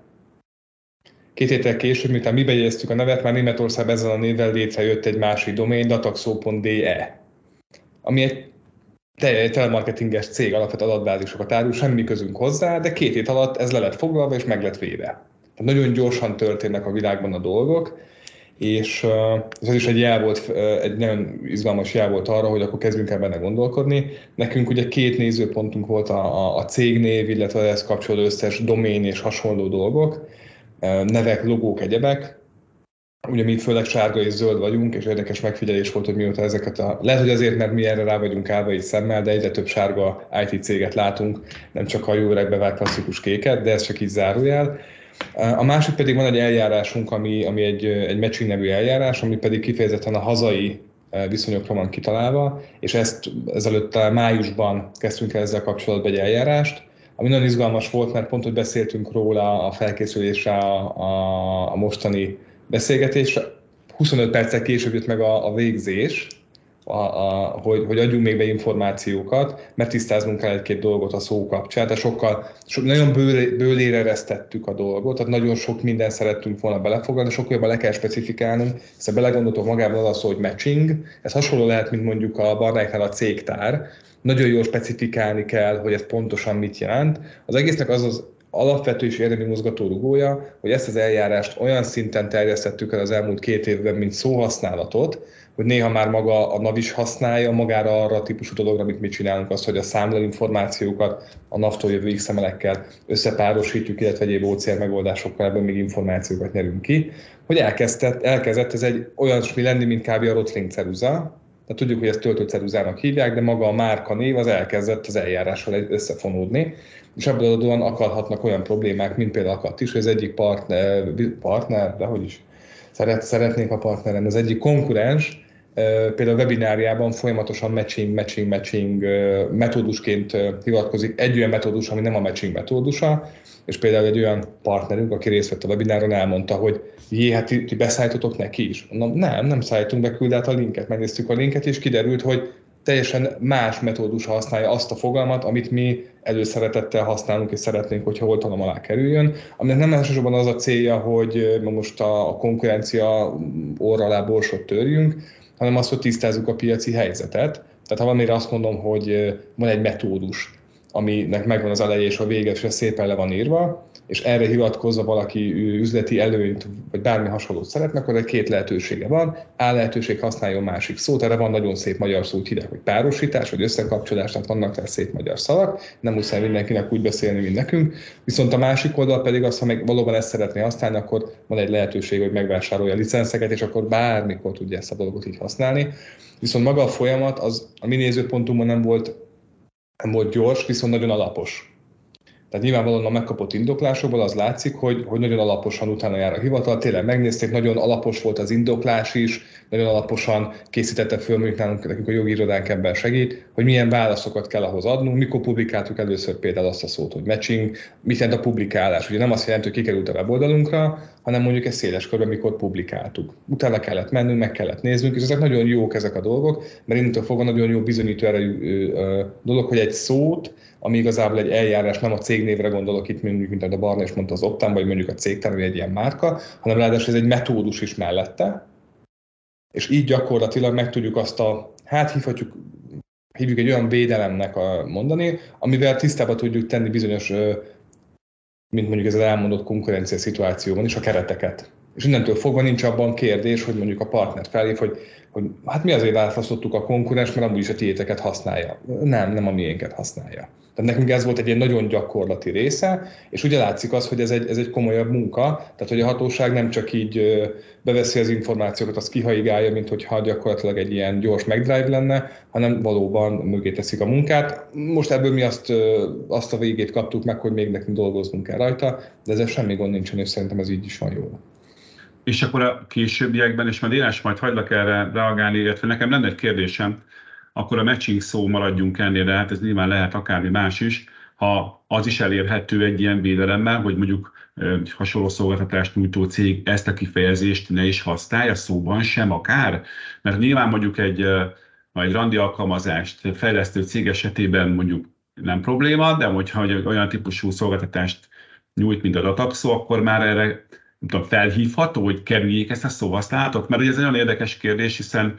Két héttel később, miután mi bejegyeztük a nevet, már Németországban ezzel a névvel létrejött egy másik domain, dataxo pont de, ami egy telemarketinges cég, alapvető adatbázisokat árul, semmi közünk hozzá, de két hét alatt ez le lett foglalva és meg lett véve. Tehát nagyon gyorsan történnek a világban a dolgok, és ez is egy jel volt, egy nagyon izgalmas jel volt arra, hogy akkor kezdjünk el benne gondolkodni. Nekünk ugye két nézőpontunk volt a, a, a cégnév, illetve ehhez kapcsolódó összes domain és hasonló dolgok, nevek, logók, egyebek. Ugye mi főleg sárga és zöld vagyunk, és érdekes megfigyelés volt, hogy mióta ezeket a... Lehet, hogy azért, mert mi erre rá vagyunk állva így szemmel, de egyre több sárga i té céget látunk, nem csak a jó öreg bevált klasszikus kéket, de ez csak így zárójel. A másik pedig van egy eljárásunk, ami, ami egy, egy matching nevű eljárás, ami pedig kifejezetten a hazai viszonyokra van kitalálva, és ezt ezelőtt májusban kezdtünk el ezzel kapcsolatban egy eljárást, ami nagyon izgalmas volt, mert pont, hogy beszéltünk róla a felkészülésre, a, a, a mostani beszélgetésre. huszonöt perccel később jött meg a, a végzés, a, a, hogy, hogy adjunk még be információkat, mert tisztáznunk kell egy-két dolgot a szó kapcsán. Tehát sokkal, so, nagyon bőle, bőlére eresztettük a dolgot, tehát nagyon sok mindent szerettünk volna belefoglalni, sokkal jobban le kell specifikálnunk. Ezt belegondoltok magában az szó, hogy matching. Ez hasonló lehet, mint mondjuk a Barnáknál a cégtár. Nagyon jól specifikálni kell, hogy ez pontosan mit jelent. Az egésznek az az alapvető és érdemi mozgatórugója, hogy ezt az eljárást olyan szinten terjesztettük el az elmúlt két évben, mint szóhasználatot, hogy néha már maga a NAV is használja magára arra a típusú dologra, amit mi csinálunk, azt, hogy a számlainformációkat a NAV-tól jövő iksz em el-ekkel összepárosítjuk, illetve egyéb ó cé er megoldásokkal, ebből még információkat nyerünk ki, hogy elkezdett, elkezdett ez egy olyasmi lenni, mint kb. A Rotring ceruza. Tehát tudjuk, hogy ezt töltőceruzának hívják, de maga a márka név az elkezdett az eljárással összefonódni, és ebből adódóan akadhatnak olyan problémák, mint például akadt is, hogy az egyik partner, partner de hogy is szeret, szeretnék a partnerem, az egyik konkurens például a webináriában folyamatosan matching, matching, matching metódusként hivatkozik egy olyan metódus, ami nem a matching metódusa, és például egy olyan partnerünk, aki részt vett a webináron, elmondta, hogy jé, hát ti, ti beszállítotok neki is? Mondom, nem, nem szállítunk be, küld át a linket, megnéztük a linket, és kiderült, hogy teljesen más metódus használja azt a fogalmat, amit mi előszeretettel használunk, és szeretnénk, hogyha oltalom alá kerüljön, aminek nem elsősorban az a célja, hogy most a konkurencia orra alá borsot törjünk, hanem azt, hogy tisztázzuk a piaci helyzetet. Tehát ha valamire azt mondom, hogy van egy metódus, aminek megvan az eleje és a vége, és szépen le van írva, és erre hivatkozva valaki üzleti előnyt, vagy bármi hasonlót szeretne, akkor egy két lehetősége van. A lehetőség használjon másik szót, erre van nagyon szép magyar szó, úgy hívják, hogy párosítás, vagy összekapcsolás, tehát vannak rá szép magyar szavak, nem muszáj mindenkinek úgy beszélni, mint nekünk. Viszont a másik oldal pedig az, ha meg valóban ezt szeretné használni, akkor van egy lehetőség, hogy megvásárolja a licenszeket, és akkor bármikor tudja ezt a dolgot így használni. Viszont maga a folyamat, az a mi nézőpontunkban nem volt, nem volt gyors, viszont nagyon alapos. Tehát nyilvánvalóan a megkapott indoklásokból az látszik, hogy, hogy nagyon alaposan utána jár a hivatal, tényleg megnézték, nagyon alapos volt az indoklás is, nagyon alaposan készítette föl, mondjuk nálunk nekünk a jogi irodánk ebben segít, hogy milyen válaszokat kell ahhoz adnunk, mikor publikáltuk először például azt a szót, hogy matching, mit jelent a publikálás. Ugye nem azt jelenti, hogy kikerült a weboldalunkra, hanem mondjuk ezt széles körben, mikor publikáltuk. Utána kellett mennünk, meg kellett néznünk, és ezek nagyon jók ezek a dolgok, mert innentől fogva nagyon jó bizonyító erejű dolog, hogy egy szót, ami igazából egy eljárás, nem a cégnévre gondolok itt, mondjuk, mint a Barna is mondta, az Optán, vagy mondjuk a cégtár, vagy egy ilyen márka, hanem ráadásul ez egy metódus is mellette, és így gyakorlatilag meg tudjuk azt a, hát hívhatjuk, hívjuk egy olyan védelemnek a mondani, amivel tisztába tudjuk tenni bizonyos, mint mondjuk ez az elmondott konkurencia szituációban is, a kereteket. És innentől fogva nincs abban kérdés, hogy mondjuk a partner felhív, hogy, hogy hát mi azért választottuk a konkurens, mert amúgy is a tiéteket használja. Nem, nem a miénket használja. Tehát nekünk ez volt egy ilyen nagyon gyakorlati része, és ugye látszik az, hogy ez egy, ez egy komolyabb munka, tehát hogy a hatóság nem csak így beveszi az információkat, azt kihaigálja, mint hogyha gyakorlatilag egy ilyen gyors megdrive lenne, hanem valóban mögé teszik a munkát. Most ebből mi azt, azt a végét kaptuk meg, hogy még nekünk dolgoznunk kell rajta, de ezzel semmi gond nincsen, és szerintem ez így is van jól. És akkor a későbbiekben, és majd Élás, majd hagylak erre reagálni, illetve nekem lenne egy kérdésem, akkor a matching szó maradjunk ennél, de hát ez nyilván lehet akármi más is, ha az is elérhető egy ilyen védelemmel, hogy mondjuk hasonló szolgáltatást nyújtó cég ezt a kifejezést ne is használja szóban sem akár, mert nyilván mondjuk egy, egy randi alkalmazást fejlesztő cég esetében mondjuk nem probléma, de hogyha egy olyan típusú szolgáltatást nyújt, mint a Dataxo, akkor már erre nem tudom, felhívható, hogy kerüljék ezt a szóhasználatot? Mert ugye ez egy olyan érdekes kérdés, hiszen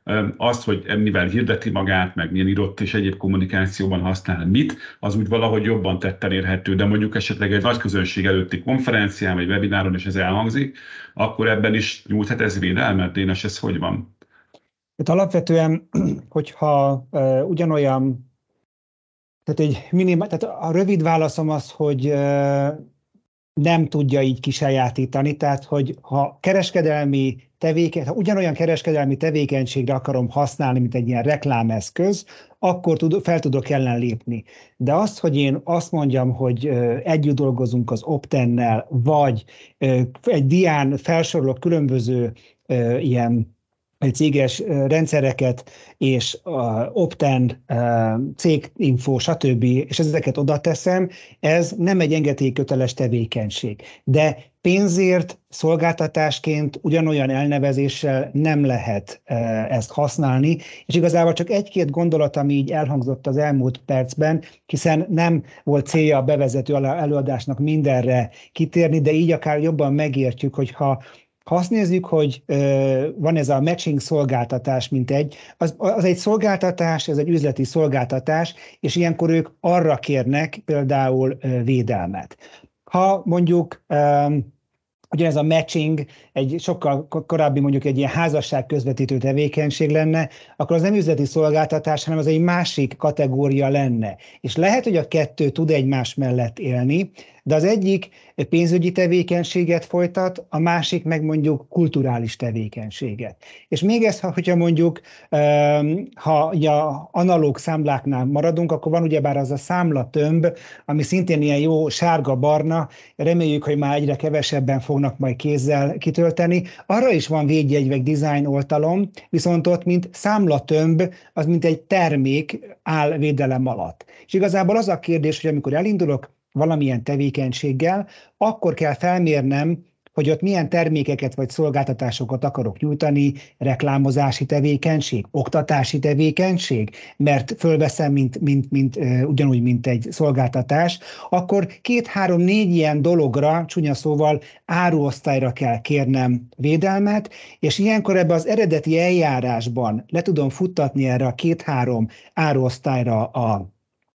az, hogy mivel hirdeti magát, meg milyen írott és egyéb kommunikációban használ mit, az úgy valahogy jobban tetten érhető, de mondjuk esetleg egy nagy közönség előtti konferencián vagy webináron is ez elhangzik, akkor ebben is nyújthat ez védelmet? Dénes, ez hogy van? Tehát alapvetően, hogyha uh, ugyanolyan, tehát egy minimál, tehát a rövid válaszom az, hogy uh, nem tudja így kisajátítani, tehát hogy ha kereskedelmi tevéken, ha ugyanolyan kereskedelmi tevékenységre akarom használni, mint egy ilyen reklámeszköz, akkor tud, fel tudok ellen lépni. De azt, hogy én azt mondjam, hogy együtt dolgozunk az Optennel, vagy egy dián felsorolok különböző ilyen céges rendszereket, és uh, Opten, uh, céginfo, stb., és ezeket oda teszem, ez nem egy engedélyköteles tevékenység. De pénzért, szolgáltatásként ugyanolyan elnevezéssel nem lehet uh, ezt használni, és igazából csak egy-két gondolat, ami így elhangzott az elmúlt percben, hiszen nem volt célja a bevezető előadásnak mindenre kitérni, de így akár jobban megértjük, hogyha Ha azt nézzük, hogy ö, van ez a matching szolgáltatás, mint egy, az, az egy szolgáltatás, ez egy üzleti szolgáltatás, és ilyenkor ők arra kérnek például ö, védelmet. Ha mondjuk ö, ugyanez a matching egy sokkal korábbi mondjuk egy ilyen házasság közvetítő tevékenység lenne, akkor az nem üzleti szolgáltatás, hanem az egy másik kategória lenne. És lehet, hogy a kettő tud egymás mellett élni, de az egyik pénzügyi tevékenységet folytat, a másik meg mondjuk kulturális tevékenységet. És még ez, hogyha mondjuk, ha ugye analóg számláknál maradunk, akkor van ugyebár az a számlatömb, ami szintén ilyen jó sárga-barna, reméljük, hogy már egyre kevesebben fognak majd kézzel kitölteni. Arra is van védjegy vagy design oltalom, viszont ott, mint számlatömb, az mint egy termék áll védelem alatt. És igazából az a kérdés, hogy amikor elindulok valamilyen tevékenységgel, akkor kell felmérnem, hogy ott milyen termékeket vagy szolgáltatásokat akarok nyújtani, reklámozási tevékenység, oktatási tevékenység, mert fölveszem, mint, mint, mint, ugyanúgy, mint egy szolgáltatás, akkor két-három-négy ilyen dologra, csúnya szóval áruosztályra kell kérnem védelmet, és ilyenkor ebbe az eredeti eljárásban le tudom futtatni erre a két-három áruosztályra a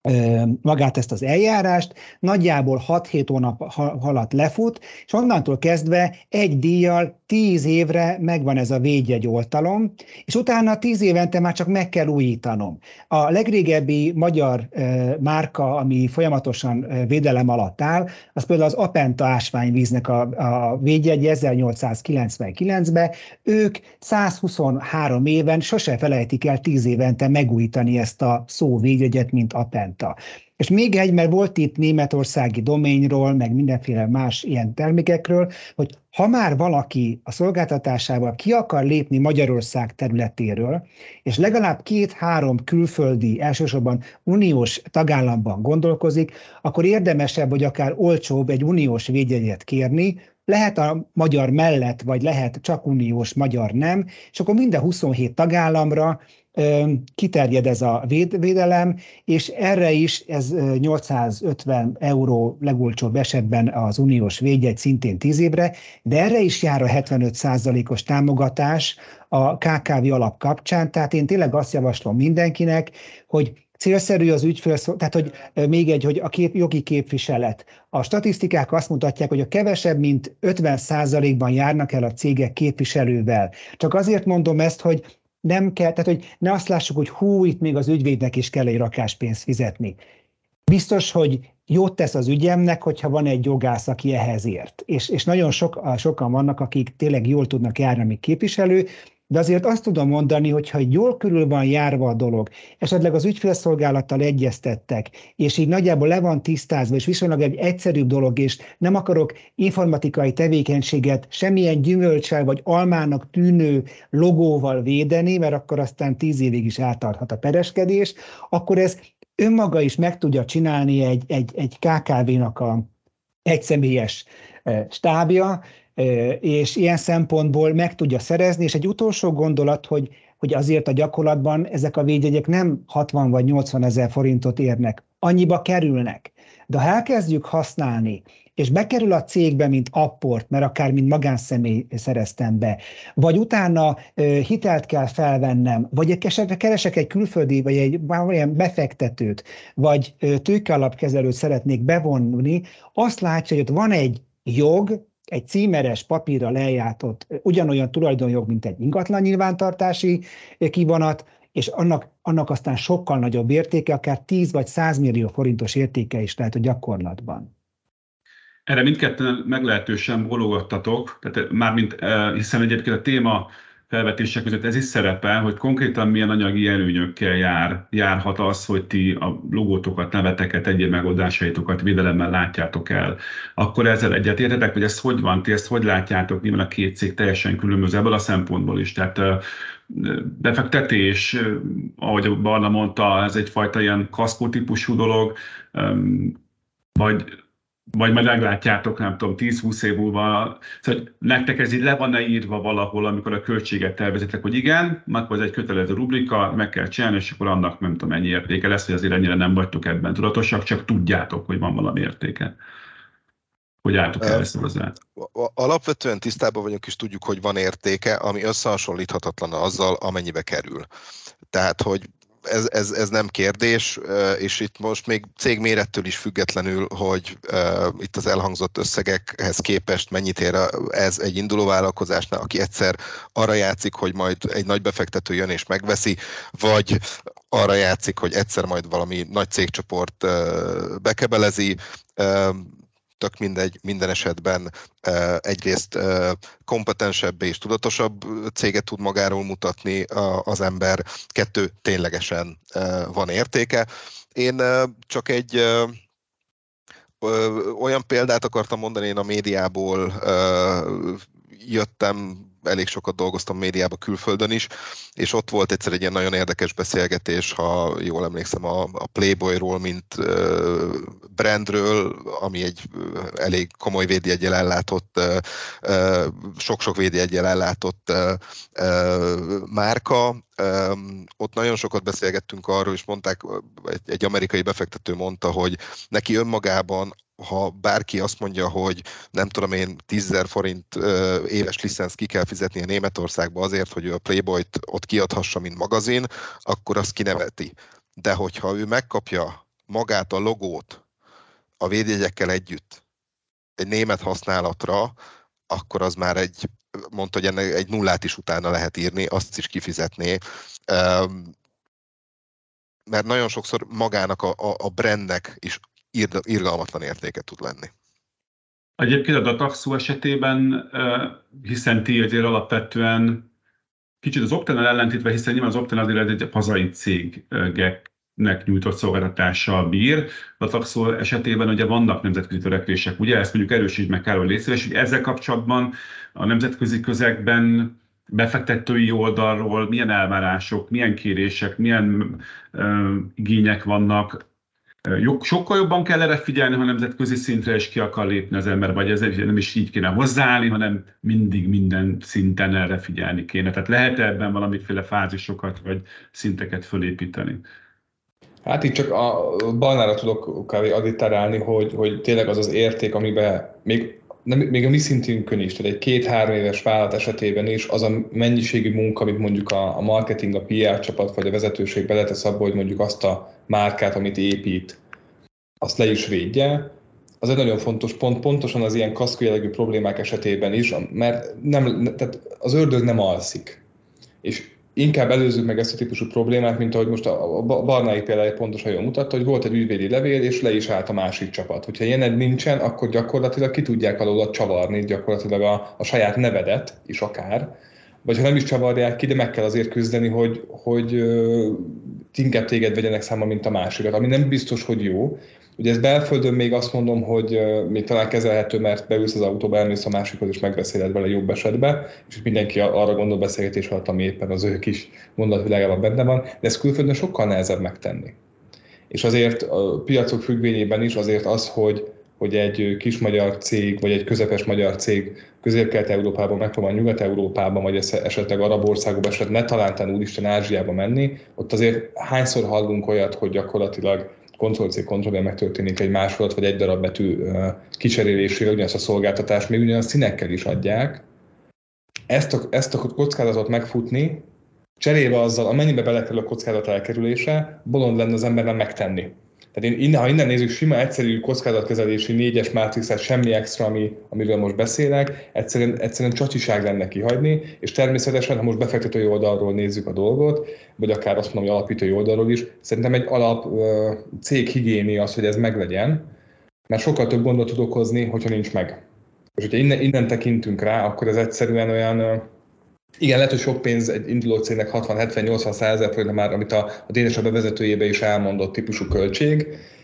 magát ezt az eljárást, nagyjából hat-hét hónap alatt lefut, és onnantól kezdve egy díjjal tíz évre megvan ez a védjegy oltalom, és utána tíz évente már csak meg kell újítanom. A legrégebbi magyar márka, ami folyamatosan védelem alatt áll, az például az Apenta ásványvíznek a, a védjegy ezernyolcszázkilencvenkilencben, ők százhuszonhárom éven sose felejtik el tíz évente megújítani ezt a szóvédjegyet, mint Apenta. És még egy, mert volt itt németországi doményről, meg mindenféle más ilyen termékekről, hogy ha már valaki a szolgáltatásával ki akar lépni Magyarország területéről, és legalább két-három külföldi, elsősorban uniós tagállamban gondolkozik, akkor érdemesebb, hogy akár olcsóbb egy uniós védjegyet kérni, lehet a magyar mellett, vagy lehet csak uniós, magyar nem, és akkor minden huszonhét tagállamra kiterjed ez a véd, védelem, és erre is ez nyolcszázötven euró legolcsóbb esetben az uniós védjegy szintén tíz évre, de erre is jár a hetvenöt százalékos támogatás a ká ká vé alap kapcsán, tehát én tényleg azt javaslom mindenkinek, hogy célszerű az ügyfélszó, tehát hogy még egy, hogy a kép, jogi képviselet. A statisztikák azt mutatják, hogy a kevesebb, mint ötven százalékban járnak el a cégek képviselővel. Csak azért mondom ezt, hogy nem kell, tehát hogy ne azt lássuk, hogy hú, itt még az ügyvédnek is kell egy rakás pénzt fizetni. Biztos, hogy jót tesz az ügyemnek, hogyha van egy jogász, aki ehhez ért. És, és nagyon sok, sokan vannak, akik tényleg jól tudnak járni, mint képviselő, de azért azt tudom mondani, hogy ha jól körül van járva a dolog, esetleg az ügyfélszolgálattal egyeztettek, és így nagyjából le van tisztázva, és viszonylag egy egyszerűbb dolog, és nem akarok informatikai tevékenységet semmilyen gyümölcsel vagy almának tűnő logóval védeni, mert akkor aztán tíz évig is eltarthat a pereskedés, akkor ez önmaga is meg tudja csinálni egy, egy, egy ká ká vé-nak a egyszemélyes stábja, és ilyen szempontból meg tudja szerezni, és egy utolsó gondolat, hogy, hogy azért a gyakorlatban ezek a védjegyek nem hatvan vagy nyolcvan ezer forintot érnek, annyiba kerülnek. De ha elkezdjük használni, és bekerül a cégbe, mint apport, mert akár mint magánszemély szereztem be, vagy utána hitelt kell felvennem, vagy esetleg keresek egy külföldi, vagy egy olyan befektetőt, vagy tőkealapkezelőt szeretnék bevonni, azt látja, hogy ott van egy jog, egy címeres papírra lejátott ugyanolyan tulajdonjog, mint egy ingatlan nyilvántartási kivonat, és annak, annak aztán sokkal nagyobb értéke, akár tíz vagy száz millió forintos értéke is lehet a gyakorlatban. Erre mindketten meglehetősen bologattatok, tehát mármint, hiszen egyébként a téma felvetések között ez is szerepel, hogy konkrétan milyen anyagi előnyökkel jár, járhat az, hogy ti a logótokat, neveteket, egyéb megoldásaitokat védelemmel látjátok el. Akkor ezzel egyetértetek, hogy ez hogy van, ti ezt hogy látjátok, nyilván a két cég teljesen különböző ebből a szempontból is. Tehát befektetés, ahogy Barna mondta, ez egyfajta ilyen kaszkó típusú dolog, vagy vagy majd meglátjátok, nem tudom, tíz-húsz év múlva, szóval hogy nektek ez így le van-e írva valahol, amikor a költséget tervezitek, hogy igen, akkor ez egy kötelező rubrika, meg kell csinálni, és akkor annak nem tudom mennyi értéke lesz, hogy azért ennyire nem vagytok ebben tudatosak, csak tudjátok, hogy van valami értéke. Hogy álltok el ezt hozzá? Alapvetően tisztában vagyunk, és tudjuk, hogy van értéke, ami összehasonlíthatatlan azzal, amennyibe kerül. Tehát, hogy Ez, ez, ez nem kérdés, és itt most még cégmérettől is függetlenül, hogy uh, itt az elhangzott összegekhez képest mennyit ér ez egy induló vállalkozásnál, aki egyszer arra játszik, hogy majd egy nagy befektető jön és megveszi, vagy arra játszik, hogy egyszer majd valami nagy cégcsoport uh, bekebelezi. Uh, tök mindegy, minden esetben egyrészt kompetensebbé és tudatosabb céget tud magáról mutatni az ember, kettő, ténylegesen van értéke. Én csak egy olyan példát akartam mondani, én a médiából jöttem, elég sokat dolgoztam médiába külföldön is, és ott volt egyszer egy ilyen nagyon érdekes beszélgetés, ha jól emlékszem, a, a Playboyról, mint uh, brandről, ami egy uh, elég komoly védjeggyel ellátott, uh, uh, sok-sok védjeggyel ellátott uh, uh, márka. Um, ott nagyon sokat beszélgettünk arról, és mondták, egy, egy amerikai befektető mondta, hogy neki önmagában, ha bárki azt mondja, hogy nem tudom én, tízezer forint éves licensz ki kell fizetnie Németországba azért, hogy ő a Playboyt ott kiadhassa, mint magazin, akkor azt kineveti. De hogyha ő megkapja magát a logót a védjegyekkel együtt egy német használatra, akkor az már egy, mondta, hogy ennek egy nullát is utána lehet írni, azt is kifizetné. Mert nagyon sokszor magának a, a brandnek is irgalmatlan értéke tud lenni. Egyébként a Dataxo esetében, hiszen ti azért alapvetően kicsit az Optennal ellentétve, hiszen nyilván az Opten azért egy hazai cégeknek nyújtott szolgáltatással bír. A Dataxo esetében ugye vannak nemzetközi törekvések, ugye ezt mondjuk erősítsd meg, Károly, légy szíves, hogy ezzel kapcsolatban a nemzetközi közegben befektetői oldalról milyen elvárások, milyen kérések, milyen uh, igények vannak. Sokkal jobban kell erre figyelni, ha nemzetközi szintre is ki akar lépni az ember, vagy ez nem is így kéne hozzáállni, hanem mindig minden szinten erre figyelni kéne. Tehát lehet ebben valamiféle fázisokat vagy szinteket fölépíteni? Hát itt csak a Barnára tudok additálni, hogy, hogy tényleg az az érték, amiben még, nem, még a mi szintünkön is, tehát egy két-három éves vállalat esetében is az a mennyiségű munka, amit mondjuk a, a marketing, a pé er csapat vagy a vezetőség beletesz abba, hogy mondjuk azt a márkát, amit épít, azt le is védje. Az egy nagyon fontos pont, pontosan az ilyen kaszkó jellegű problémák esetében is, mert nem, tehát az ördög nem alszik. És inkább előzzük meg ezt a típusú problémát, mint ahogy most a Barnái például pontosan jól mutatta, hogy volt egy ügyvédi levél, és le is állt a másik csapat. Hogyha ilyened nincsen, akkor gyakorlatilag ki tudják alól csavarni gyakorlatilag a, a saját nevedet is akár, vagy ha nem is csavarják ki, de meg kell azért küzdeni, hogy, hogy uh, inkább téged vegyenek számba, mint a másikat, ami nem biztos, hogy jó. Ugye ez belföldön még azt mondom, hogy uh, még talán kezelhető, mert beülsz az autóba, elmész a másikhoz, és megbeszéled vele jobb esetben, és mindenki arra gondol beszélgetés alatt, ami éppen az ő kis gondolatvilágában benne van, de ezt külföldön sokkal nehezebb megtenni. És azért a piacok függvényében is azért az, hogy hogy egy kis magyar cég, vagy egy közepes magyar cég Közép-Kelet-Európában megpróbál Nyugat-Európában, vagy esetleg arab országokban, esetleg ne talántán úristen Ázsiába menni, ott azért hányszor hallunk olyat, hogy gyakorlatilag Ctrl-C, Ctrl-V megtörténik egy másolat, vagy egy darab betű kicserélésére, ugyanazt a szolgáltatást még ugyanaz színekkel is adják. Ezt a, ezt a kockázatot megfutni, cserébe azzal, amennyibe belekerül a kockázat elkerülése, bolond lenne az embernek megtenni. Tehát én, ha innen nézzük, sima, egyszerű kockázatkezelési négyes mátrixát, semmi extra, ami, amiről most beszélek, egyszerűen, egyszerűen csacsiság lenne kihagyni, és természetesen, ha most befektetői oldalról nézzük a dolgot, vagy akár azt mondom, hogy alapítói oldalról is, szerintem egy alap uh, céghigiénia az, hogy ez meglegyen, mert sokkal több gondot tud okozni, hogyha nincs meg. És hogyha innen, innen tekintünk rá, akkor ez egyszerűen olyan... Uh, Igen, lehet, hogy sok pénz egy induló cégnek hatvan-hetven-nyolcvan százezer forint már, amit a, a Dénes a bevezetőjébe is elmondott típusú költség.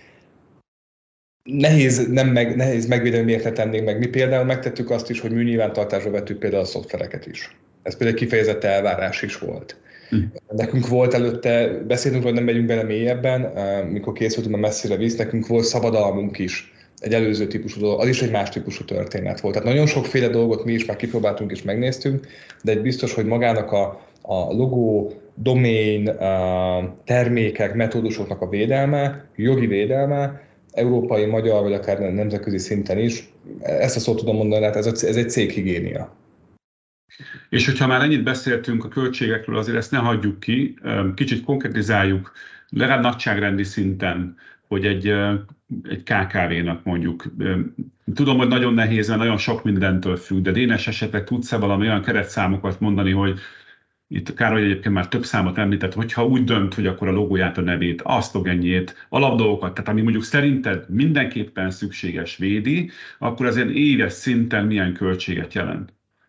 Nehéz, nem meg, nehéz megvédeni, miért ne tennénk meg. Mi például megtettük azt is, hogy műnyilvántartásba vettük például a szoftvereket is. Ez például kifejezett elvárás is volt. Hm. Nekünk volt előtte, beszéltünk, hogy nem megyünk bele mélyebben, mikor készültünk a messzire víz, nekünk volt szabadalmunk is. Egy előző típusú dolog, az is egy más típusú történet volt. Tehát nagyon sokféle dolgot mi is már kipróbáltunk és megnéztünk, de egy biztos, hogy magának a, a logó, domain, a termékek, metódusoknak a védelme, jogi védelme, európai, magyar vagy akár nemzetközi szinten is, ezt a szót tudom mondani, hát ez, a, ez egy céghigiénia. És hogyha már ennyit beszéltünk a költségekről, azért ezt ne hagyjuk ki, kicsit konkretizáljuk, legalább nagyságrendi szinten, hogy egy, egy ká ká vénak mondjuk. Tudom, hogy nagyon nehéz, mert nagyon sok mindentől függ, de Dénes esetleg tudsz-e valami olyan keretszámokat mondani, hogy itt Károly egyébként már több számot említett, hogyha úgy dönt, hogy akkor a logóját, a nevét, azt ennyit, alapdolgokat, tehát ami mondjuk szerinted mindenképpen szükséges védi, akkor azért éves szinten milyen költséget jelent?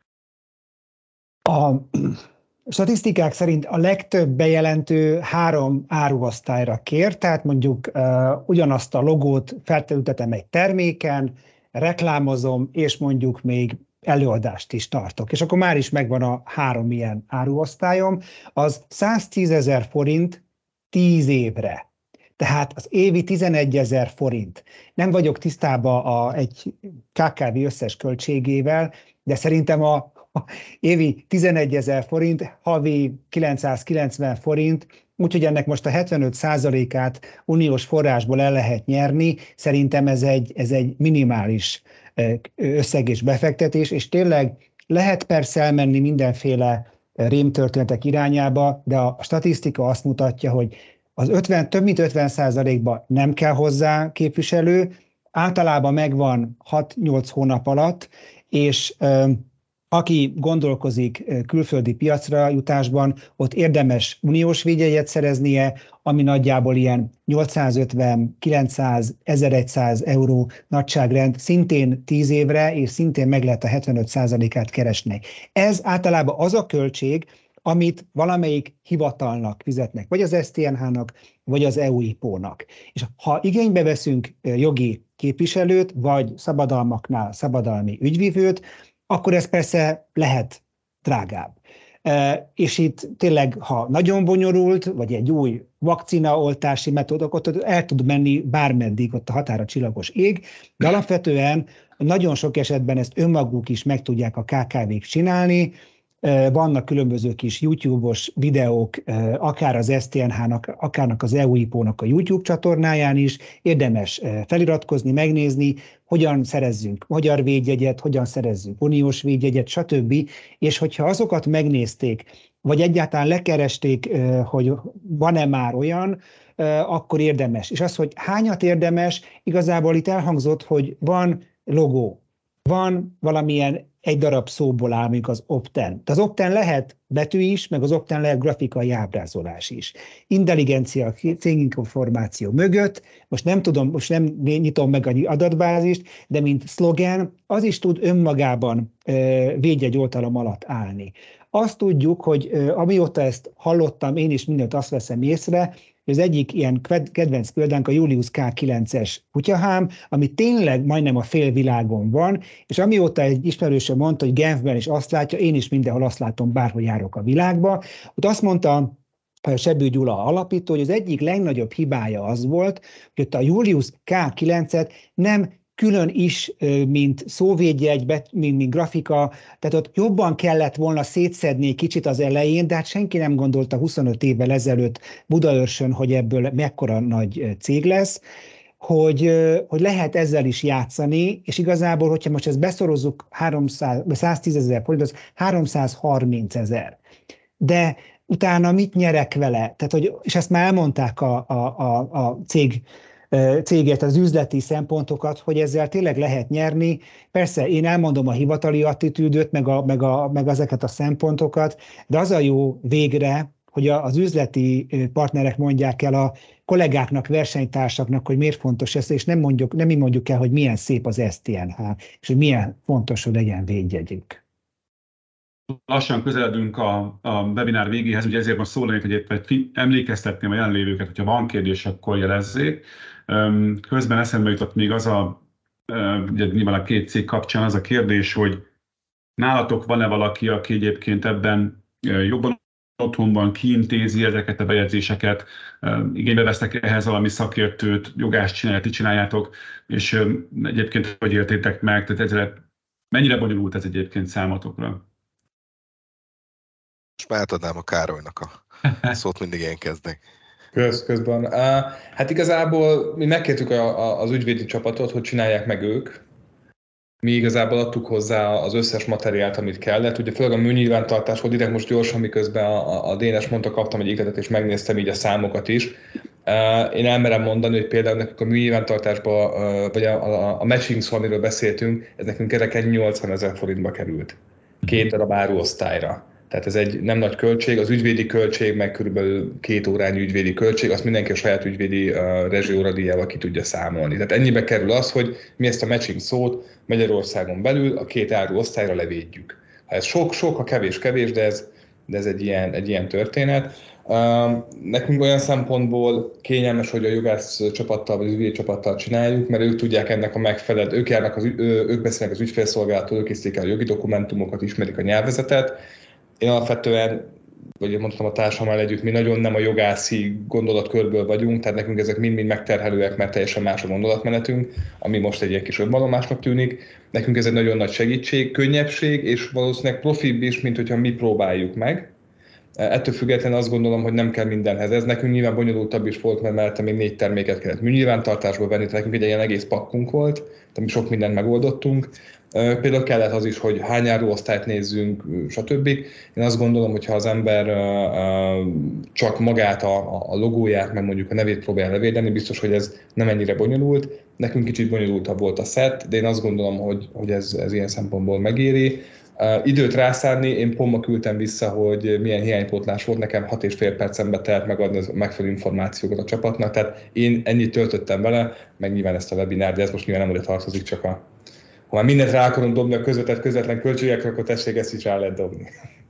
A statisztikák szerint a legtöbb bejelentő három áruosztályra kér, tehát mondjuk uh, ugyanazt a logót feltöltetem egy terméken, reklámozom, és mondjuk még előadást is tartok. És akkor már is megvan a három ilyen áruosztályom, az száztízezer forint tíz évre. Tehát az évi tizenegyezer forint. Nem vagyok tisztában a, egy ká ká vé összes költségével, de szerintem a, a évi tizenegyezer forint, havi kilencszázkilencven forint, úgyhogy ennek most a hetvenöt százalékát uniós forrásból el lehet nyerni. Szerintem ez egy, ez egy minimális összeg és befektetés, és tényleg lehet persze elmenni mindenféle rémtörténetek irányába, de a statisztika azt mutatja, hogy az ötven, több mint ötven százalékban nem kell hozzá képviselő, általában megvan hat-nyolc hónap alatt, és aki gondolkozik külföldi piacra jutásban, ott érdemes uniós védjegyet szereznie, ami nagyjából ilyen nyolcszázötven-kilencszáz, ezerszáz euró nagyságrend, szintén tíz évre, és szintén meg lehet a hetvenöt százalékát keresni. Ez általában az a költség, amit valamelyik hivatalnak fizetnek, vagy az es té en há-nak, vagy az é u i pé ó-nak. És ha igénybe veszünk jogi képviselőt, vagy szabadalmaknál szabadalmi ügyvivőt, akkor ez persze lehet drágább. E, és itt tényleg, ha nagyon bonyolult, vagy egy új vakcinaoltási metódok, ott el tud menni bármeddig, ott a határa csillagos ég, de alapvetően nagyon sok esetben ezt önmaguk is meg tudják a ká ká vék csinálni. Vannak különböző kis YouTube-os videók, akár az es té en há-nak, akár az é u i pé ó-nak a YouTube csatornáján is. Érdemes feliratkozni, megnézni, hogyan szerezzünk magyar védjegyet, hogyan szerezzünk uniós védjegyet, stb. És hogyha azokat megnézték, vagy egyáltalán lekeresték, hogy van-e már olyan, akkor érdemes. És az, hogy hányat érdemes, igazából itt elhangzott, hogy van logó, van valamilyen egy darab szóból áll, mondjuk az opten. De az opten lehet betű is, meg az opten lehet grafikai ábrázolás is. Intelligencia, céginformáció mögött, most nem tudom, most nem nyitom meg az adatbázist, de mint szlogen, az is tud önmagában védjegy oltalom alatt állni. Azt tudjuk, hogy amióta ezt hallottam, én is mindent azt veszem észre, az egyik ilyen kedvenc példánk a Julius ká kilences kutyahám, ami tényleg majdnem a fél világon van, és amióta egy ismerősöm mondta, hogy Genfben is azt látja, én is mindenhol azt látom, bárhol járok a világba, ott azt mondta Sebő Gyula alapító, hogy az egyik legnagyobb hibája az volt, hogy ott a Julius ká kilencet nem külön is, mint szóvédjegy, mint, mint grafika, tehát ott jobban kellett volna szétszedni kicsit az elején, de hát senki nem gondolta huszonöt évvel ezelőtt Budaörsön, hogy ebből mekkora nagy cég lesz, hogy, hogy lehet ezzel is játszani, és igazából, hogyha most ezt beszorozzuk száztízezer forint, az háromszázharminc ezer. De utána mit nyerek vele? Tehát, hogy, és ezt már elmondták a, a, a, a cég céget, az üzleti szempontokat, hogy ezzel tényleg lehet nyerni. Persze én elmondom a hivatali attitűdöt, meg, a, meg, a, meg ezeket a szempontokat, de az a jó végre, hogy az üzleti partnerek mondják el a kollégáknak, versenytársaknak, hogy miért fontos ez, és nem, mondjuk, nem mi mondjuk el, hogy milyen szép az es té en há, és hogy milyen fontos, hogy legyen védjegyük. Lassan közeledünk a, a webinár végéhez, ugye ezért most szólalnék, hogy emlékeztetném a jelenlévőket, hogyha van kérdés, akkor jelezzék. Közben eszembe jutott még az a, ugye nyilván a két cég kapcsán az a kérdés, hogy nálatok van-e valaki, aki egyébként ebben jobban otthonban kiintézi ezeket a bejegyzéseket, igénybe vesztek ehhez valami szakértőt, jogást csinálják, ti csináljátok, és egyébként hogy értétek meg, tehát ezzel mennyire bonyolult ez egyébként számotokra? Most már átadnám a Károlynak a szót, mindig én kezdek. Kösz, közben. Hát igazából mi megkértük a, a, az ügyvédi csapatot, hogy csinálják meg ők. Mi igazából adtuk hozzá az összes materiált, amit kellett. Ugye főleg a műnyilvántartás volt, direkt most gyorsan, miközben a, a Dénes mondta, kaptam egy ikletet, és megnéztem így a számokat is. Én elmerem mondani, hogy például nekünk a műnyilvántartásban, vagy a, a, a matching szó, amiről beszéltünk, ez nekünk kereken nyolcvanezer forintba került. Két darab áruosztályra. Tehát ez egy nem nagy költség, az ügyvédi költség meg körülbelül két órányi ügyvédi költség, azt mindenki a saját ügyvédi uh, rezsióradíjával ki tudja számolni. Tehát ennyibe kerül az, hogy mi ezt a matching szót Magyarországon belül a két áru osztályra levédjük. Ha ez sok-sok, ha kevés-kevés, de ez, de ez egy, ilyen, egy ilyen történet. Uh, nekünk olyan szempontból kényelmes, hogy a jogász csapattal vagy az ügyvédi csapattal csináljuk, mert ők tudják ennek a megfelelőt, ők, járnak az, ők beszélnek az ügyfélszolgálattól, ők készítik el a jogi dokumentumokat, ismerik a nyelvezetet. Én alapvetően, vagy mondtam a társammal együtt, mi nagyon nem a jogászi gondolatkörből vagyunk, tehát nekünk ezek mind-mind megterhelőek, mert teljesen más a gondolatmenetünk, ami most egy ilyen kis önvallomásnak tűnik. Nekünk ez egy nagyon nagy segítség, könnyebbség, és valószínűleg profibb is, mint hogyha mi próbáljuk meg. Ettől függetlenül azt gondolom, hogy nem kell mindenhez. Ez nekünk nyilván bonyolultabb is volt, mert mellette még négy terméket kellett műnyilvántartásból venni, tehát nekünk egy ilyen egész pakkunk volt, tehát mi sok mindent megoldottunk. Például kellett az is, hogy hány áruosztályt nézzünk, stb. Én azt gondolom, hogy ha az ember csak magát a, a logóját, meg mondjuk a nevét próbálja levédeni, biztos, hogy ez nem ennyire bonyolult. Nekünk kicsit bonyolultabb volt a set, de én azt gondolom, hogy, hogy ez, ez ilyen szempontból megéri. Uh, időt rászánni, én pont ma küldtem vissza, hogy milyen hiánypótlás volt, nekem hat és fél percembe telt megadni a megfelelő információkat a csapatnak, tehát én ennyit töltöttem vele, meg nyilván ezt a webinár, de ez most nyilván nem oda tartozik, csak a, ha már mindent rá akarom dobni a közvetett közvetlen költségekre, akkor tessék, ezt is rá lehet dobni.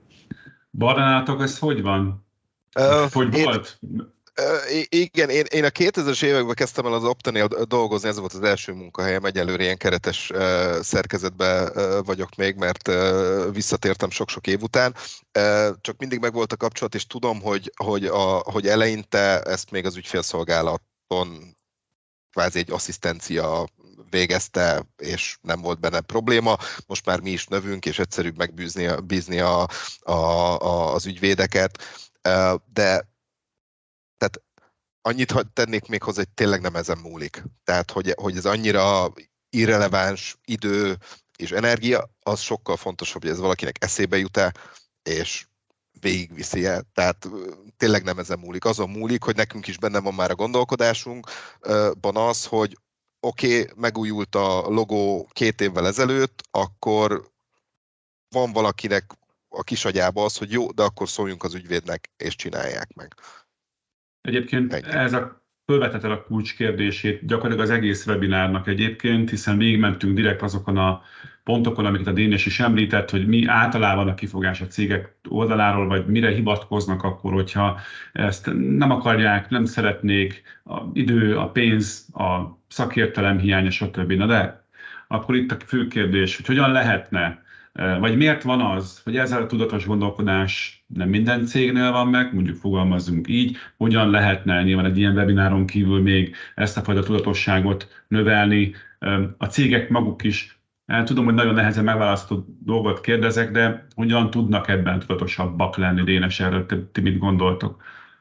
Barnátok, ez hogy van? Uh, hogy volt? Uh, igen, én, én a kétezres években kezdtem el az Optanél dolgozni, ez volt az első munkahelyem, egyelőre ilyen keretes uh, szerkezetben uh, vagyok még, mert uh, visszatértem sok-sok év után. Uh, csak mindig megvolt a kapcsolat, és tudom, hogy, hogy, a, hogy eleinte ezt még az ügyfélszolgálaton kvázi egy asszisztencia végezte, és nem volt benne probléma. Most már mi is növünk, és egyszerűbb megbízni a, bízni a, a, a, az ügyvédeket, uh, de tehát annyit tennék még hozzá, hogy tényleg nem ezen múlik. Tehát, hogy, hogy ez annyira irreleváns idő és energia, az sokkal fontosabb, hogy ez valakinek eszébe jut-e, és végigviszi-e. Tehát tényleg nem ezen múlik. Azon múlik, hogy nekünk is benne van már a gondolkodásunkban az, hogy oké, okay, megújult a logó két évvel ezelőtt, akkor van valakinek a kisagyába az, hogy jó, de akkor szóljunk az ügyvédnek, és csinálják meg. Egyébként Ennyi. ez a fölvetett el a kulcskérdését gyakorlatilag az egész webinárnak egyébként, hiszen végigmentünk direkt azokon a pontokon, amiket a Dénes is említett, hogy mi általában a kifogás a cégek oldaláról, vagy mire hivatkoznak akkor, hogyha ezt nem akarják, nem szeretnék, a idő, a pénz, a szakértelem hiánya, stb. Na de akkor itt a fő kérdés, hogy hogyan lehetne, vagy miért van az, hogy ezzel a tudatos gondolkodás nem minden cégnél van meg, mondjuk fogalmazzunk így, hogyan lehetne nyilván egy ilyen webináron kívül még ezt a fajta tudatosságot növelni. A cégek maguk is, tudom, hogy nagyon nehezen megválasztott dolgot kérdezek, de hogyan tudnak ebben tudatosabbak lenni, Dénes, erről te, ti mit gondoltok?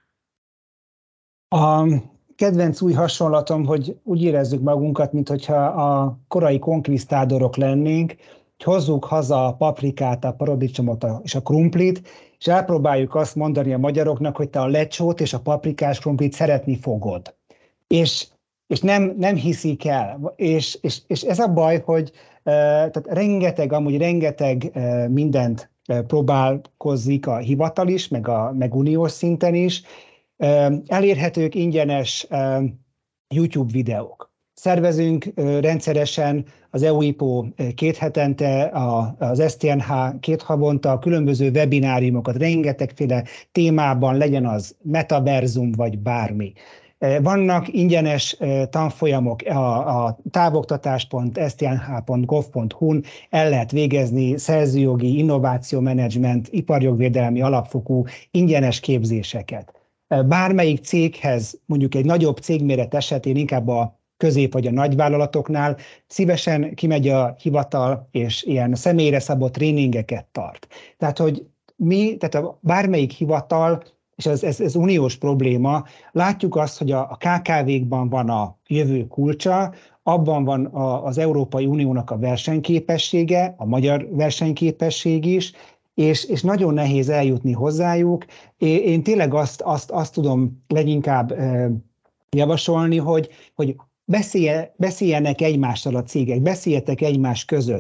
A kedvenc új hasonlatom, hogy úgy érezzük magunkat, mintha a korai konkvisztádorok lennénk, hogy hozzuk haza a paprikát, a paradicsomot és a krumplit, és elpróbáljuk azt mondani a magyaroknak, hogy te a lecsót és a paprikás krumplit szeretni fogod. És, és nem, nem hiszik el. És, és, és ez a baj, hogy tehát rengeteg, amúgy rengeteg mindent próbálkozik a hivatal is, meg, a, meg uniós szinten is. Elérhetők ingyenes YouTube videók. Szervezünk rendszeresen az E U I P O két hetente, az S T N H két havonta, különböző webináriumokat, rengetegféle témában, legyen az metaverzum vagy bármi. Vannak ingyenes tanfolyamok, a, a távoktatás pont s t n h pont gov pont h u-n el lehet végezni szerzőjogi, innovációmenedzsment, iparjogvédelmi alapfokú ingyenes képzéseket. Bármelyik céghez, mondjuk egy nagyobb cégméret esetén, inkább a közép vagy a nagyvállalatoknál szívesen kimegy a hivatal, és ilyen személyre szabott tréningeket tart. Tehát, hogy mi, tehát a bármelyik hivatal, és ez, ez, ez uniós probléma, látjuk azt, hogy a, a ká ká vékban van a jövő kulcsa, abban van a, az Európai Uniónak a versenyképessége, a magyar versenyképesség is, és, és nagyon nehéz eljutni hozzájuk. Én, én tényleg azt, azt, azt tudom leginkább eh, javasolni, hogy, hogy beszélje, beszéljenek egymással a cégek, beszéljetek egymás között.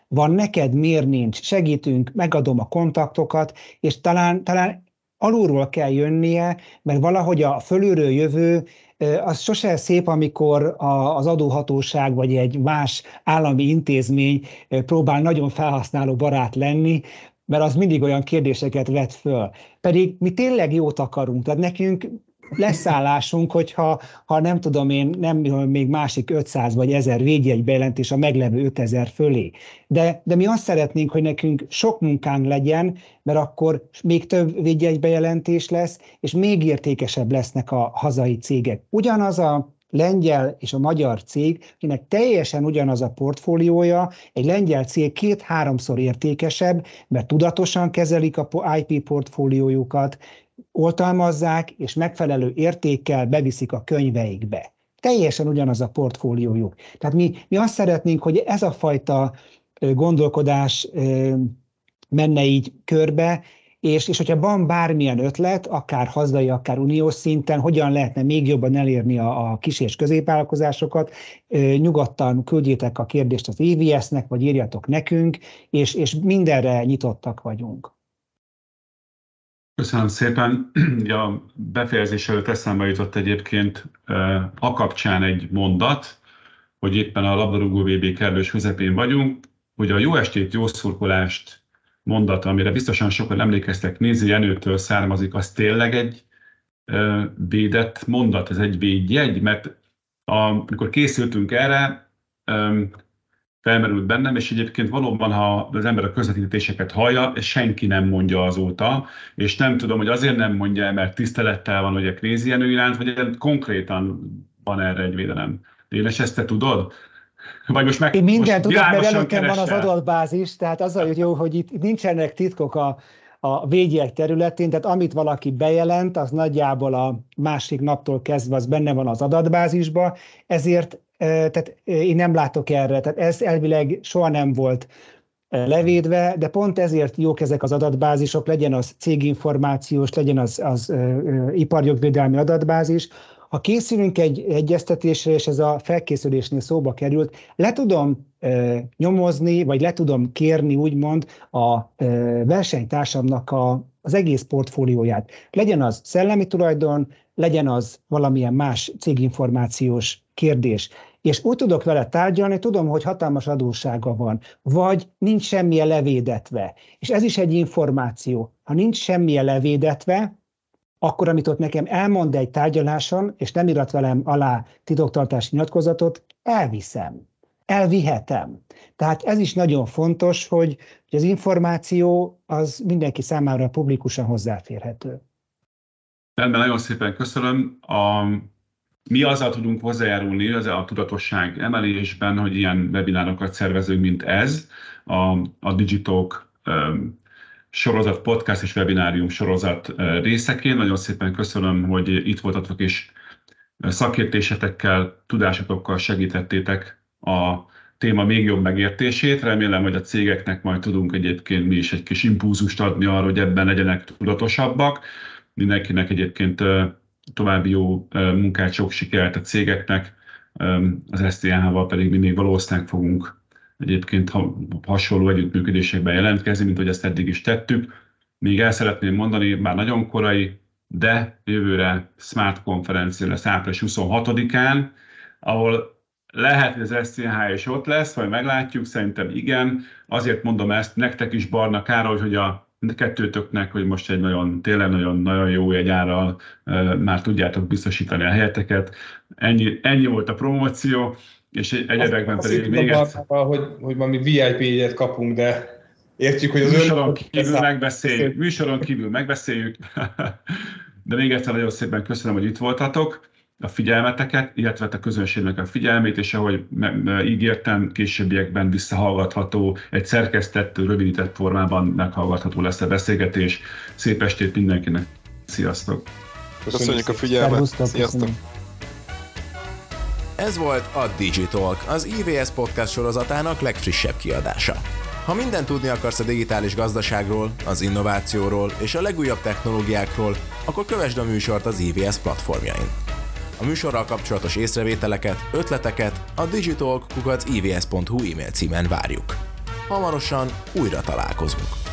van neked, miért nincs, segítünk, megadom a kontaktokat, és talán, talán alulról kell jönnie, mert valahogy a fölülről jövő, az sose szép, amikor az adóhatóság vagy egy más állami intézmény próbál nagyon felhasználó barát lenni, mert az mindig olyan kérdéseket vet föl. Pedig mi tényleg jót akarunk, tehát nekünk lesz állásunk, hogyha ha nem tudom én, nem még másik ötszáz vagy ezer védjegybejelentés a meglevő ötezer fölé. De, de mi azt szeretnénk, hogy nekünk sok munkánk legyen, mert akkor még több védjegybejelentés lesz, és még értékesebb lesznek a hazai cégek. Ugyanaz a lengyel és a magyar cég, akinek teljesen ugyanaz a portfóliója, egy lengyel cég két-háromszor értékesebb, mert tudatosan kezelik a i pé portfóliójukat, oltalmazzák, és megfelelő értékkel beviszik a könyveikbe. Teljesen ugyanaz a portfóliójuk. Tehát mi, mi azt szeretnénk, hogy ez a fajta gondolkodás menne így körbe, és, és hogyha van bármilyen ötlet, akár hazai, akár uniós szinten, hogyan lehetne még jobban elérni a, a kis- és középvállalkozásokat, nyugodtan küldjétek a kérdést az i vé es-nek, vagy írjatok nekünk, és, és mindenre nyitottak vagyunk. Köszönöm szépen. A befejezés előtt eszembe jutott egyébként a kapcsán egy mondat, hogy éppen a labdarúgó vé bé kellős közepén vagyunk, hogy a jó estét, jó szurkolást mondata, amire biztosan sokan emlékeztek, Nézi Jenőtől származik, az tényleg egy védett mondat, ez egy védjegy, mert amikor készültünk erre, felmerült bennem, és egyébként valóban, ha az ember a közvetítéseket hallja, és senki nem mondja azóta, és nem tudom, hogy azért nem mondja, mert tisztelettel van, hogy a Knézi Jenő iránt, vagy konkrétan van erre egy védelem. Éles, ezt te tudod? Vagy most meg, Én mindent most tudok, mert előttem van az keresel. adatbázis, tehát az a jó, hogy itt nincsenek titkok a, a védjegy területén, tehát amit valaki bejelent, az nagyjából a másik naptól kezdve az benne van az adatbázisba, ezért tehát én nem látok erre, tehát ez elvileg soha nem volt levédve, de pont ezért jók ezek az adatbázisok, legyen az céginformációs, legyen az, az ö, iparjogvédelmi adatbázis. Ha készülünk egy egyeztetésre, és ez a felkészülésnél szóba került, le tudom ö, nyomozni, vagy le tudom kérni úgymond a ö, versenytársamnak a, az egész portfólióját. Legyen az szellemi tulajdon, legyen az valamilyen más céginformációs kérdés. És úgy tudok vele tárgyalni, tudom, hogy hatalmas adóssága van, vagy nincs semmilyen levédetve. És ez is egy információ. Ha nincs semmilyen levédetve, akkor, amit ott nekem elmond egy tárgyaláson, és nem irat velem alá titoktartási nyilatkozatot, elviszem, elvihetem. Tehát ez is nagyon fontos, hogy az információ az mindenki számára publikusan hozzáférhető. Rendben, nagyon szépen köszönöm. A, mi azzal tudunk hozzájárulni az a tudatosság emelésben, hogy ilyen webinárokat szervezünk, mint ez, a, a Digitalk um, sorozat, podcast és webinárium sorozat részeként. Nagyon szépen köszönöm, hogy itt voltatok és szakértésetekkel, tudásotokkal segítettétek a téma még jobb megértését. Remélem, hogy a cégeknek majd tudunk egyébként mi is egy kis impulzust adni arra, hogy ebben legyenek tudatosabbak. Mindenkinek egyébként további jó munkát, sok sikert a cégeknek, az es té en há-val pedig mi még valószínűleg fogunk egyébként hasonló együttműködésekben jelentkezni, mint hogy ezt eddig is tettük. Még el szeretném mondani, már nagyon korai, de jövőre Smart konferencia lesz április huszonhatodikán, ahol lehet, hogy az es té en há is ott lesz, vagy meglátjuk, szerintem igen. Azért mondom ezt nektek is, Barna Károly, hogy a kettőtöknek, hogy most egy nagyon, tényleg nagyon, nagyon jó jegyárral uh, már tudjátok biztosítani a helyeteket. Ennyi, ennyi volt a promóció, és egyebekben pedig még egyszer. Hogy, hogy valami vé i pé jegyet kapunk, de értjük, hogy az műsoron kívül megbeszéljük, műsoron kívül megbeszéljük. De még egyszer nagyon szépen köszönöm, hogy itt voltatok, a figyelmeteket, illetve a közönségnek a figyelmét, és ahogy ígértem, későbbiekben visszahallgatható, egy szerkesztett, rövidített formában meghallgatható lesz a beszélgetés. Szép estét mindenkinek! Sziasztok! Köszönjük a figyelmet! Sziasztok! Ez volt a Digitalk, az i vé es podcast sorozatának legfrissebb kiadása. Ha mindent tudni akarsz a digitális gazdaságról, az innovációról és a legújabb technológiákról, akkor kövesd a műsort az i vé es platformjain. A műsorral kapcsolatos észrevételeket, ötleteket a digitalk kukac i vé es pont hu e-mail címen várjuk. Hamarosan újra találkozunk.